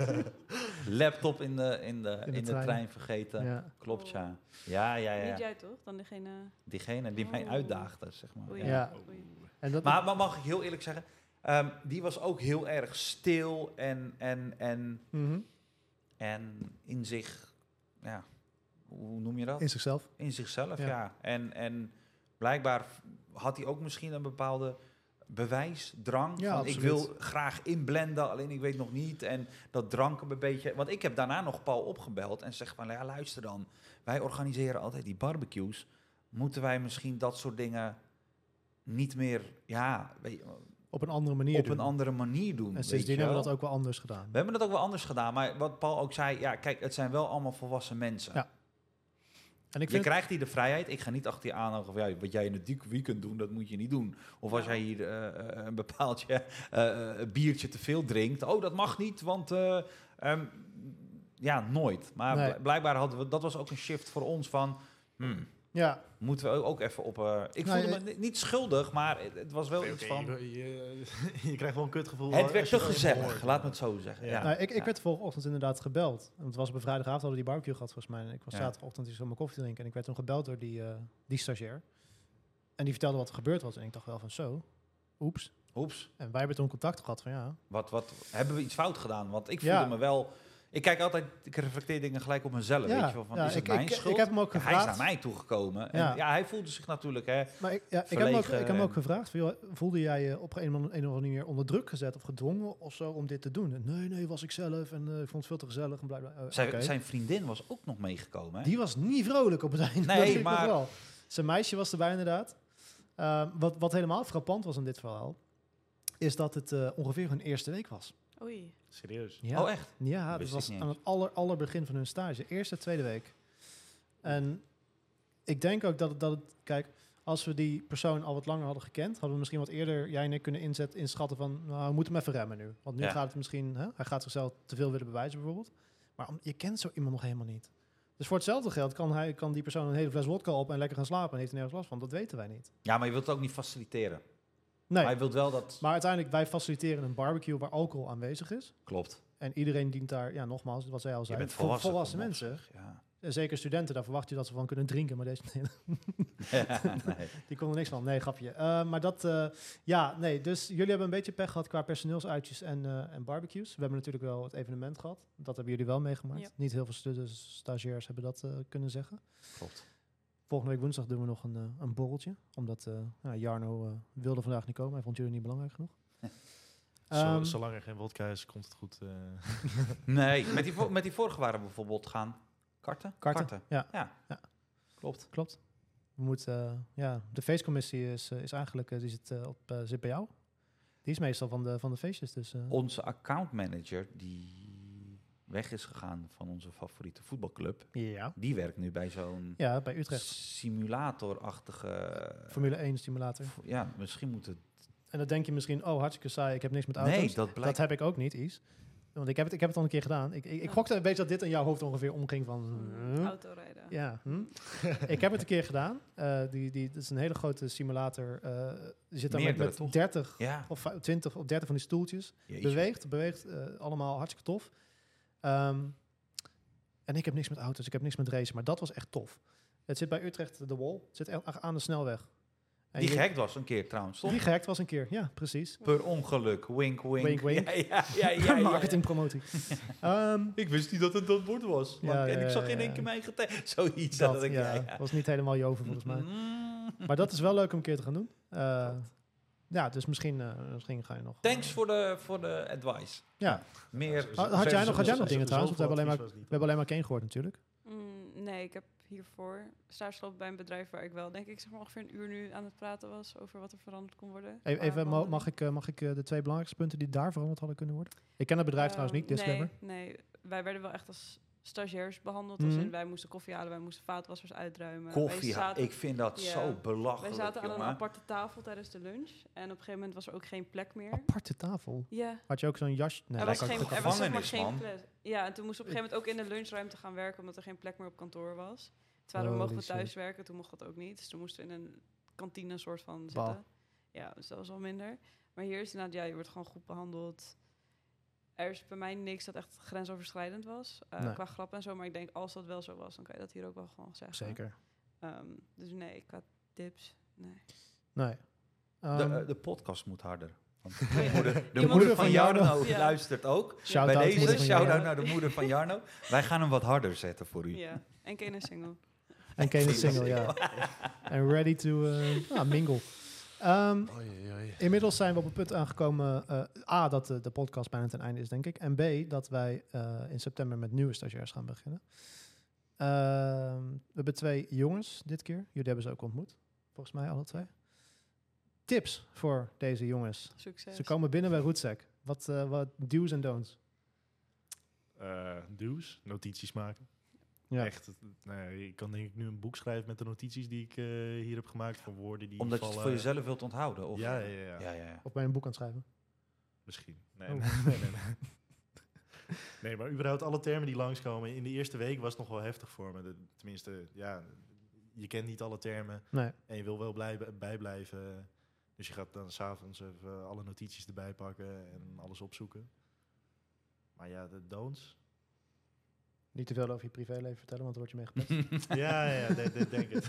laptop in de trein. trein vergeten. Ja. Klopt, ja. Ja. Niet jij toch? Dan degene... Diegene die mij Oh. uitdaagde, zeg maar. Oei. Ja. Oei. En dat... Maar mag ik heel eerlijk zeggen... die was ook heel erg stil Mhm. en in zich... Ja, hoe noem je dat? In zichzelf. In zichzelf, Ja. ja. En blijkbaar had hij ook misschien een bepaalde bewijsdrang. Ja, van, ik absoluut. wil graag inblenden, alleen ik weet nog niet. En dat drank een beetje... Want ik heb daarna nog Paul opgebeld en zeg van... Ja, luister dan. Wij organiseren altijd die barbecues. Moeten wij misschien dat soort dingen niet meer... Ja, weet je, Op een andere manier op doen. een andere manier doen. En weet sindsdien je hebben we wel. dat ook wel anders gedaan. We hebben het ook wel anders gedaan. Maar wat Paul ook zei... Ja, kijk, het zijn wel allemaal volwassen mensen. Ja. En ik Je vind... krijgt hier de vrijheid. Ik ga niet achter je aan of ja, wat jij in het weekend doet, dat moet je niet doen. Of als Ja. jij hier een bepaald biertje te veel drinkt. Oh, dat mag niet, want ja, nooit. Maar Nee. blijkbaar hadden we, dat was ook een shift voor ons van, Ja, moeten we ook even op... ik Nou, voelde me niet schuldig, maar het was wel Oké, iets van... je krijgt wel een kutgevoel. Het als werd je te het gezellig, hoort. laat me het zo zeggen. Ja. Ja. nou, ik werd de volgende ochtend inderdaad gebeld. Want het was op een vrijdagavond, hadden we die barbecue gehad volgens mij. En ik was Ja. zaterdagochtend eens mijn koffie drinken. En ik werd toen gebeld door die stagiair. En die vertelde wat er gebeurd was. En ik dacht wel van zo, oeps. Oeps, En wij hebben toen contact gehad van ja. wat hebben we iets fout gedaan? Want ik Ja. voelde me wel... Ik kijk altijd, ik reflecteer dingen gelijk op mezelf. Ja, Weet je wel, van, ja, is het ik mijn schuld? ik heb hem ook Ja, hij gevraagd. is naar mij toegekomen. En Ja. ja, hij voelde zich natuurlijk... Hè, Maar ik heb verlegen hem ook en- gevraagd. Van, joh, voelde jij je op een of andere manier onder druk gezet of gedwongen of zo om dit te doen? En nee, was ik zelf en ik vond het veel te gezellig. En blijkbaar. zijn vriendin was ook nog meegekomen. Hè? Die was niet vrolijk op het einde. Nee, dat weet ik nog maar- wel. Zijn meisje was erbij inderdaad. Wat helemaal frappant was in dit verhaal, is dat het ongeveer hun eerste week was. Oei. Serieus. Ja. Oh, echt? Ja, dat Wist was ik niet aan het allerbegin van hun stage. Eerste, tweede week. En ik denk ook dat het... Kijk, als we die persoon al wat langer hadden gekend... hadden we misschien wat eerder, jij en ik, kunnen inschatten van... Nou, we moeten hem even remmen nu. Want nu Ja. gaat het misschien... Hè, hij gaat zichzelf te veel willen bewijzen bijvoorbeeld. Maar je kent zo iemand nog helemaal niet. Dus voor hetzelfde geld kan die persoon een hele fles wodka op... en lekker gaan slapen en heeft er nergens last van. Dat weten wij niet. Ja, maar je wilt het ook niet faciliteren. Nee, Maar je wilt wel dat... maar uiteindelijk, wij faciliteren een barbecue waar alcohol aanwezig is. Klopt. En iedereen dient daar, ja, nogmaals, wat zij al Je zei, bent volwassen. volwassen kom op, mensen. zeg. Ja. En zeker studenten, daar verwacht je dat ze van kunnen drinken. Maar deze, Nee. die kon er niks van. Nee, grapje. Maar dat, ja, nee. Dus jullie hebben een beetje pech gehad qua personeelsuitjes en barbecues. We hebben natuurlijk wel het evenement gehad. Dat hebben jullie wel meegemaakt. Ja. Niet heel veel stagiairs hebben dat kunnen zeggen. Klopt. Volgende week woensdag doen we nog een borreltje. Omdat Jarno wilde vandaag niet komen. Hij vond jullie niet belangrijk genoeg. Zolang er geen wodka is, komt het goed. Nee, met die vorige waren we bijvoorbeeld gaan karten. Karten, ja. Klopt. Klopt. We moeten, de feestcommissie is eigenlijk, die zit bij jou. Die is meestal van de feestjes. Dus, Onze accountmanager, die weg is gegaan van onze favoriete voetbalclub, ja. die werkt nu bij zo'n Ja, bij Utrecht. simulatorachtige... Formule 1 simulator. Ja, misschien moet het... En dan denk je misschien, oh, hartstikke saai, ik heb niks met auto's. Nee, dat blijkt... Dat heb ik ook niet, Is. Want ik heb het al een keer gedaan. Ik gokte een beetje dat dit in jouw hoofd ongeveer omging van... Autorijden. Ja, ik heb het een keer gedaan. Dat is een hele grote simulator. Je zit daar Meerdere, met toch? 30 Ja, of 20 of 30 van die stoeltjes. jeetje. Beweegt. Allemaal hartstikke tof. En ik heb niks met auto's, ik heb niks met racen. Maar dat was echt tof. Het zit bij Utrecht, de Wall. Het zit echt aan de snelweg. En Die je- gehackt was een keer trouwens, toch? Die gehackt was een keer, ja, precies. Per ongeluk. Wink, wink. Wink, wink. Ja. Marketingpromotie. Ik wist niet dat het dat woord was. Ja, en ik zag ja, in één ja. keer mijn geteken. Zoiets. Dat, Dat ik, ja, was niet helemaal Joven volgens mij. Maar dat is wel leuk om een keer te gaan doen. Ja, dus misschien ga je nog... Thanks voor de advice. Ja. Meer... Had jij nog dingen trouwens? Want we hebben We hebben alleen maar Kane gehoord natuurlijk. Nee, ik heb hiervoor stage gelopen bij een bedrijf waar ik wel, denk ik, zeg maar ongeveer een uur nu aan het praten was over wat er veranderd kon worden. Even, mag ik de twee belangrijkste punten die daar veranderd hadden kunnen worden? Ik ken het bedrijf trouwens niet, Disclaimer. Nee, wij werden wel echt als stagiairs behandeld. Mhm. Als in, wij moesten koffie halen, wij moesten vaatwassers uitruimen. Koffie, ik vind dat Ja. zo belachelijk, Wij zaten aan een jongen. aparte tafel tijdens de lunch. En op een gegeven moment was er ook geen plek meer. Aparte tafel. Ja. Had je ook zo'n jas? Nee, Er dat was, kan ik geen, ook er was zeg maar gevangenis, geen man. plek. Ja, en toen moesten we op een gegeven moment ook in de lunchruimte gaan werken, omdat er geen plek meer op kantoor was. Terwijl we Holy mochten shit. thuis werken, toen mocht dat ook niet. Dus toen moesten we in een kantine soort van Bah. zitten. Ja, dus dat was wel minder. Maar hier is inderdaad, ja, je wordt gewoon goed behandeld. Er is bij mij niks dat echt grensoverschrijdend was, Nee. qua grap en zo. Maar ik denk, als dat wel zo was, dan kan je dat hier ook wel gewoon zeggen. Zeker. Dus nee, qua tips, nee. Nee. De podcast moet harder. Want Ja. de moeder van Jarno Ja. luistert ook. Shout-out Bij moeder deze, van shout-out Jarno. naar de moeder van Jarno. Wij gaan hem wat harder zetten voor u. Ja, en Kane is single. En Kane is single, ja. En ready to mingle. Inmiddels zijn we op het punt aangekomen... A, dat de podcast bijna ten einde is, denk ik. En B, dat wij in september met nieuwe stagiairs gaan beginnen. We hebben 2 jongens dit keer. Jullie hebben ze ook ontmoet. Volgens mij alle 2. Tips voor deze jongens. Succes. Ze komen binnen bij Rootsec. Wat do's en don'ts? Do's, notities maken. Ja. Echt, ik kan denk ik nu een boek schrijven met de notities die ik hier heb gemaakt van woorden die Omdat je vallen. het voor jezelf wilt onthouden? Of? Ja. Ja. Of bij een boek aan het schrijven? Misschien. Nee, Oh. nee. Nee, maar überhaupt alle termen die langskomen. In de eerste week was het nog wel heftig voor me. Tenminste, ja, je kent niet alle termen. Nee. En je wil wel bijblijven. Dus je gaat dan s'avonds even alle notities erbij pakken en alles opzoeken. Maar ja, de don'ts. Niet te veel over je privéleven vertellen, want dan word je mee gepest. ja, denk het.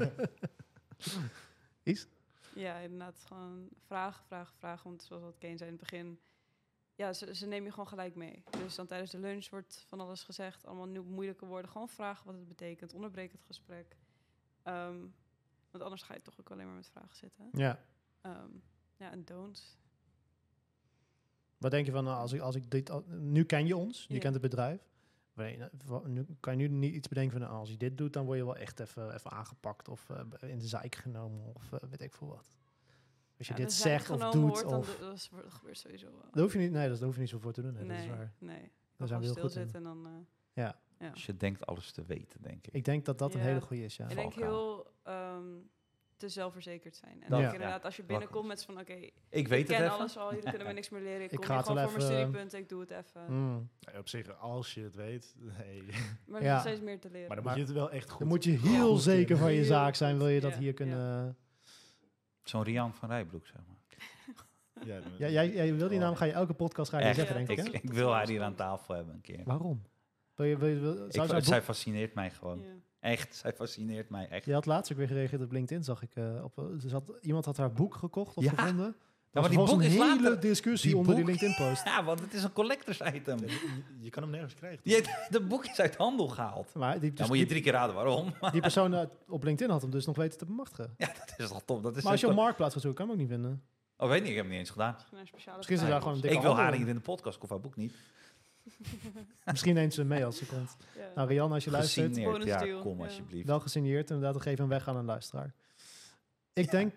Ja, inderdaad. Gewoon vragen. Want zoals wat Kane zei in het begin... Ja, ze nemen je gewoon gelijk mee. Dus dan tijdens de lunch wordt van alles gezegd. Allemaal moeilijke woorden. Gewoon vragen wat het betekent. Onderbreek het gesprek. Want anders ga je toch ook alleen maar met vragen zitten. Ja. Ja, en don't. Wat denk je van, als ik dit... Nu ken je ons, je Ja. kent het bedrijf. Nu kan je nu niet iets bedenken van, als je dit doet, dan word je wel echt even aangepakt of in de zeik genomen of weet ik veel wat. Als je Ja, dit dus hij zegt of genomen doet, wordt, dan of... dat gebeurt sowieso wel. Daar hoef je niet, nee, daar hoef je niet zo voor te doen. Nee, dat is waar. Nee. Daar Daar zijn we heel goed in. stilzitten en dan... Ja. ja. Als je denkt alles te weten, denk ik. Ik denk dat dat een Ja. hele goede is, ja. Ik denk valkuil. heel te zelfverzekerd zijn. En Ja. ook inderdaad, als je binnenkomt met van, oké, Ik ik weet het ken even. alles al, jullie kunnen me niks meer leren. Ik Ik kom ga hier het gewoon wel voor mijn even, studiepunten, ik doe het even. Nee, op zich, als je het weet, nee. Maar er Ja. is steeds meer te leren. Maar dan Maar moet je het wel echt goed. Dan moet je heel goed zeker kennen. van je Heel zaak zijn, wil je goed, dat ja, hier kunnen... Zo'n Rian van Rijbroek, zeg maar. Ja, Jij wil die naam, ga je elke podcast Echt, zeggen, denk ik, hè? ik wil haar hier aan tafel hebben een keer. Waarom? Zou zij Zij fascineert mij gewoon. Ja. Echt, zij fascineert mij echt. Je had laatst ook weer gereageerd op LinkedIn, zag ik. Iemand had haar boek gekocht of Ja. gevonden. maar die vervolgens boek is een hele later- discussie die onder die boek- LinkedIn-post. Ja, want het is een collectors item. Je kan hem nergens krijgen. De boek is uit handel gehaald. Maar Dan moet je 3 keer raden waarom. die persoon op LinkedIn had hem dus nog weten te bemachtigen. Ja, dat is toch top. Dat is Maar als je op toch- Marktplaats gaat zoeken, kan je hem ook niet vinden. Oh, weet niet, ik heb hem niet eens gedaan. Een speciale Misschien is er daar prijs. gewoon een dikke Ik wil haar handel hier in. in de podcast, ik hoef haar boek niet. Misschien neemt ze hem mee als ze komt. Ja. Nou, Rian, als je luistert, Gesigneerd, ja, Bonusdeal, kom ja. alsjeblieft. wel gesigneerd. Inderdaad, dan geef hem weg aan een luisteraar. Ik denk...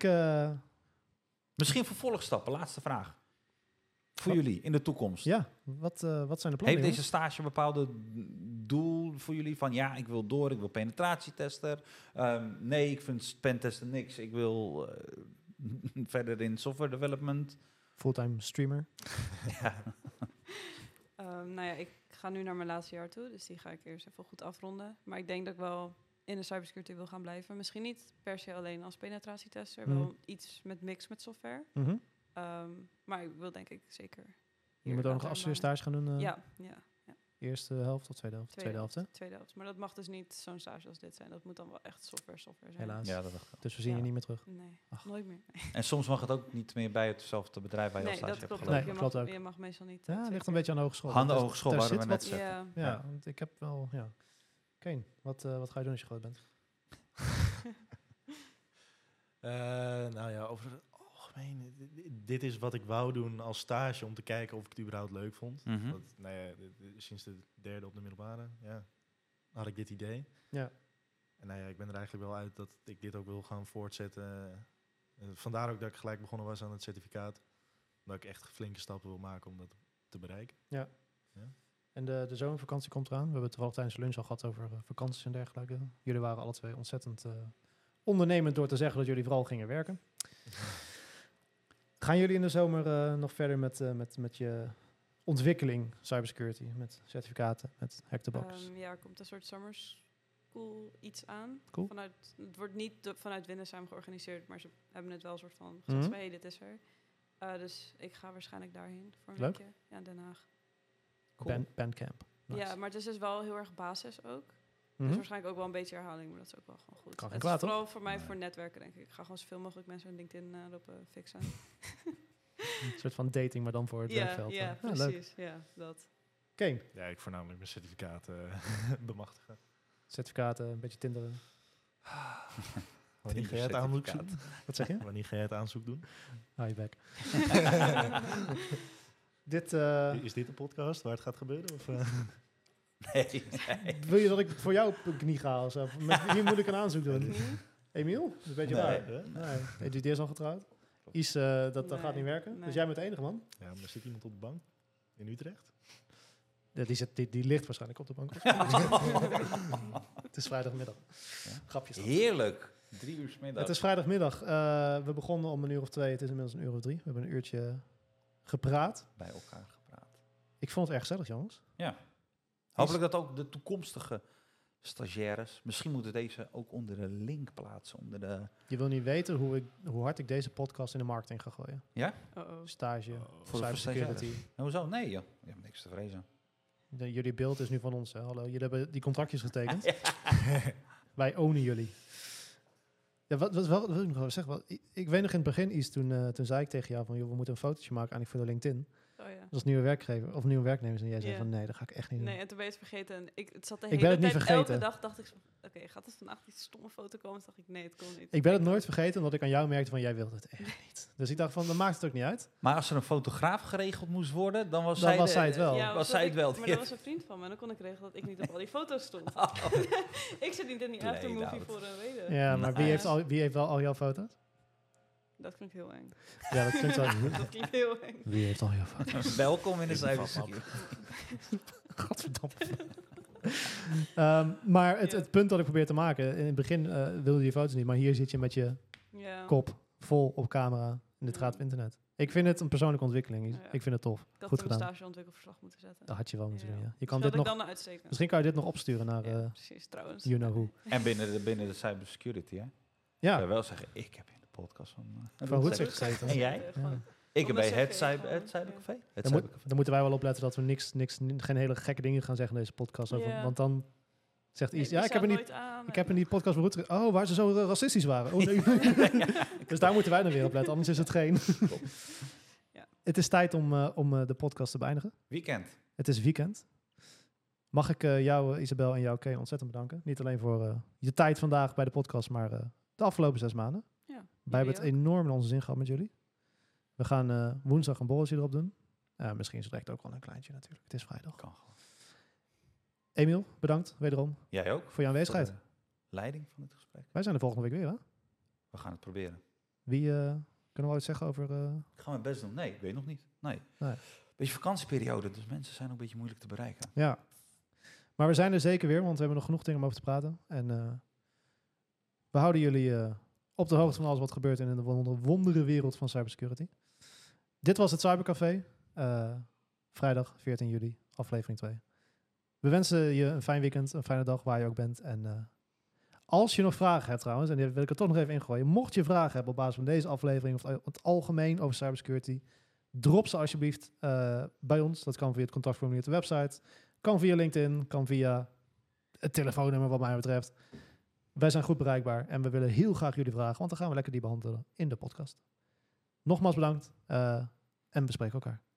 Misschien vervolgstappen, laatste vraag. Voor jullie, in de toekomst. ja, wat zijn de plannen? Heeft jongens? deze stage een bepaalde doel voor jullie? Van ja, ik wil door, ik wil penetratietester. Nee, ik vind pentesten niks. Ik wil verder in software development. Fulltime streamer. Ja. Nou ja, ik ga nu naar mijn laatste jaar toe, dus die ga ik eerst even goed afronden. Maar ik denk dat ik wel in de cybersecurity wil gaan blijven. Misschien niet per se alleen als penetratietester, Mhm. wel iets met mix met software. Mhm. Maar ik wil denk ik zeker... Je hier moet ook nog later afstudeerstage gaan doen. Ja, Eerste helft of tweede helft? Tweede helft, hè? Tweede helft. Maar dat mag dus niet zo'n stage als dit zijn. Dat moet dan wel echt software zijn. Helaas. Ja, dat dacht ik wel. Dus we zien je Ja. niet meer terug. Nee, Ach. nooit meer. En soms mag het ook niet meer bij hetzelfde bedrijf waar je al Nee, stage dat hebt klopt gelopen. ook. Nee, Je klopt mag, ook. je mag meestal niet. Ja, het ligt een zeker. beetje aan de hogeschool. Aan de Dus hogeschool daar waar we zit net wat- zetten. Ja. Ja, Ja. want ik heb wel... Ja. Kane, wat ga je doen als je groot bent? Nou ja, over het algemeen. Dit is wat ik wou doen als stage om te kijken of ik het überhaupt leuk vond. Mhm. Want, nou ja, sinds de derde op de middelbare had ik dit idee. Ja. En nou ja, ik ben er eigenlijk wel uit dat ik dit ook wil gaan voortzetten. Vandaar ook dat ik gelijk begonnen was aan het certificaat. Dat ik echt flinke stappen wil maken om dat te bereiken. En de zomervakantie komt eraan. We hebben het toevallig tijdens de lunch al gehad over vakanties en dergelijke. Jullie waren alle twee ontzettend ondernemend door te zeggen dat jullie vooral gingen werken. Gaan jullie in de zomer nog verder met je ontwikkeling cybersecurity? Met certificaten, met Hack the Box? Ja, er komt een soort summer school iets aan. Cool. Het wordt niet vanuit Windesheim georganiseerd, maar ze hebben het wel een soort van Mhm. gezegd van, hey, dit is er. Dus ik ga waarschijnlijk daarheen voor een Leuk. weekje. Ja, in Den Haag. Bandcamp. Nice. Ja, maar het is dus wel heel erg basis ook. Mhm. Dus waarschijnlijk ook wel een beetje herhaling, maar dat is ook wel gewoon goed. Kan geen Het kwaad, is toch? vooral voor mij Nee. voor netwerken, denk ik. Ik ga gewoon zoveel mogelijk mensen op LinkedIn lopen fixen. Een soort van dating, maar dan voor het werkveld. ja, leuk. precies. Ja, dat. Kane, Ja, ik voornamelijk mijn certificaat bemachtigen. certificaten, een beetje tinderen. Wanneer ga jij het aanzoek doen? Wat zeg je? Wanneer ga jij het aanzoek doen? Hou je bek. Dit, Is dit een podcast waar het gaat gebeuren? Of, Nee. wil je dat ik voor jou op een knie ga? Of zo? Met wie moet ik een aanzoek doen? Hm? Emiel? Dat is een beetje Nee. raar. Nee, die is al getrouwd. Is, dat Nee, gaat niet werken. nee. Dus jij bent de enige man. Ja, maar er zit iemand op de bank in Utrecht? Ja, die ligt waarschijnlijk op de bank. Het is vrijdagmiddag. Ja. Grapjes. Heerlijk. 3 uur 's middag. Het is vrijdagmiddag. We begonnen om 1:02. Het is inmiddels 1:03. We hebben een uurtje gepraat. bij elkaar gepraat. Ik vond het erg gezellig, jongens. Hopelijk dat ook de toekomstige stagiaires, misschien moeten deze ook onder de link plaatsen. Onder de, Je wil niet weten hoe hard ik deze podcast in de marketing ga gooien. Oh. Stage, voor de cybersecurity. hoezo? Nee joh, je hebt niks te vrezen. Jullie beeld is nu van ons. Hè? Hallo, jullie hebben die contractjes getekend. Wij ownen jullie. Ja, wat wil ik nog even zeggen? Ik weet nog in het begin iets, toen zei ik tegen jou van, joh, we moeten een fotootje maken eigenlijk voor de LinkedIn. Oh ja. Als nieuwe werkgever of nieuwe werknemers. En jij zei Ja. van, nee, dat ga ik echt niet doen. Nee, en toen ben je het vergeten. En het zat de Ik hele ben het niet tijd, vergeten. elke dag dacht ik, oké, gaat het vandaag die stomme foto komen? Toen dacht ik, nee, het komt niet. Ik ben het nooit vergeten, omdat ik aan jou merkte van, jij wilde het echt niet. Dus ik dacht van, dan maakt het ook niet uit. Maar als er een fotograaf geregeld moest worden, dan was, Dan zij, was de- zij het wel. Ja, was want zij dat het wel. Maar dat was een vriend van me. En dan kon ik regelen dat ik niet op al die foto's stond. Ik zit niet in die Played aftermovie out. voor een reden. Ja, maar Nice. wie heeft wel al jouw foto's? Dat klinkt heel eng. Ja, dat klinkt wel... Dat klinkt heel eng. Wie heeft al je foto's? Welkom in de Even cybersecurity. Godverdamme. Maar het punt dat ik probeer te maken... In het begin wilde je foto's niet, maar hier zit je met je Ja. kop vol op camera. En dit Ja. gaat op internet. Ik vind het een persoonlijke ontwikkeling. Ja. Ik vind het tof. Ik had Goed toen een gedaan. stageontwikkelverslag moeten zetten. Dat had je wel moeten doen, ja. Je Dus kan wilde dit ik nog... dan uitsteken. Misschien kan je dit nog opsturen naar Ja, precies, trouwens. you know who. En binnen de cybersecurity, hè? Ja, Kan je wel zeggen, ik heb in de podcast van Van Roetsek Roetsek gezeten. En jij? Gewoon- Ik heb bij Omdat het, zeg je cyber, gewoon, het Cybercafé. Het Dan, Cybercafé. dan moeten wij wel opletten dat we geen hele gekke dingen gaan zeggen in deze podcast. Over, Ja. Want dan zegt Nee, iets... die Ja, ik heb, er staat niet, nooit aan. ik heb in die podcast van Roetsek... Oh, waar ze zo racistisch waren. Oh, nee. Dus daar moeten wij dan weer op letten. Anders is het geen... Ja. Het is tijd om de podcast te beëindigen. Weekend. Het is weekend. Mag ik jou, Isabel, en jou, Kay, ontzettend bedanken. Niet alleen voor je tijd vandaag bij de podcast, maar de afgelopen 6 maanden. Ja, Wij hebben jullie het enorm in onze zin gehad met jullie. We gaan woensdag een borreltje erop doen. Misschien is het direct ook wel een kleintje natuurlijk. Het is vrijdag. Kan gewoon. Emiel, bedankt wederom Jij ook? voor je aanwezigheid. Voor de leiding van het gesprek. Wij zijn de volgende week weer, hè? We gaan het proberen. Wie kunnen we iets zeggen over... Ik ga mijn best doen. Nee, ik weet nog niet. Nee. Nee. Beetje vakantieperiode, dus mensen zijn ook een beetje moeilijk te bereiken. Ja. Maar we zijn er zeker weer, want we hebben nog genoeg dingen om over te praten. En we houden jullie op de hoogte van alles wat gebeurt in de wondere wereld van cybersecurity. Dit was het Cybercafé. Vrijdag 14 juli, aflevering 2. We wensen je een fijn weekend, een fijne dag waar je ook bent. En als je nog vragen hebt trouwens, en die wil ik er toch nog even ingooien. Mocht je vragen hebben op basis van deze aflevering of het algemeen over cybersecurity, drop ze alsjeblieft bij ons. Dat kan via het contactformulier op de website. Kan via LinkedIn, kan via het telefoonnummer wat mij betreft. Wij zijn goed bereikbaar en we willen heel graag jullie vragen, want dan gaan we lekker die behandelen in de podcast. Nogmaals bedankt en we spreken elkaar.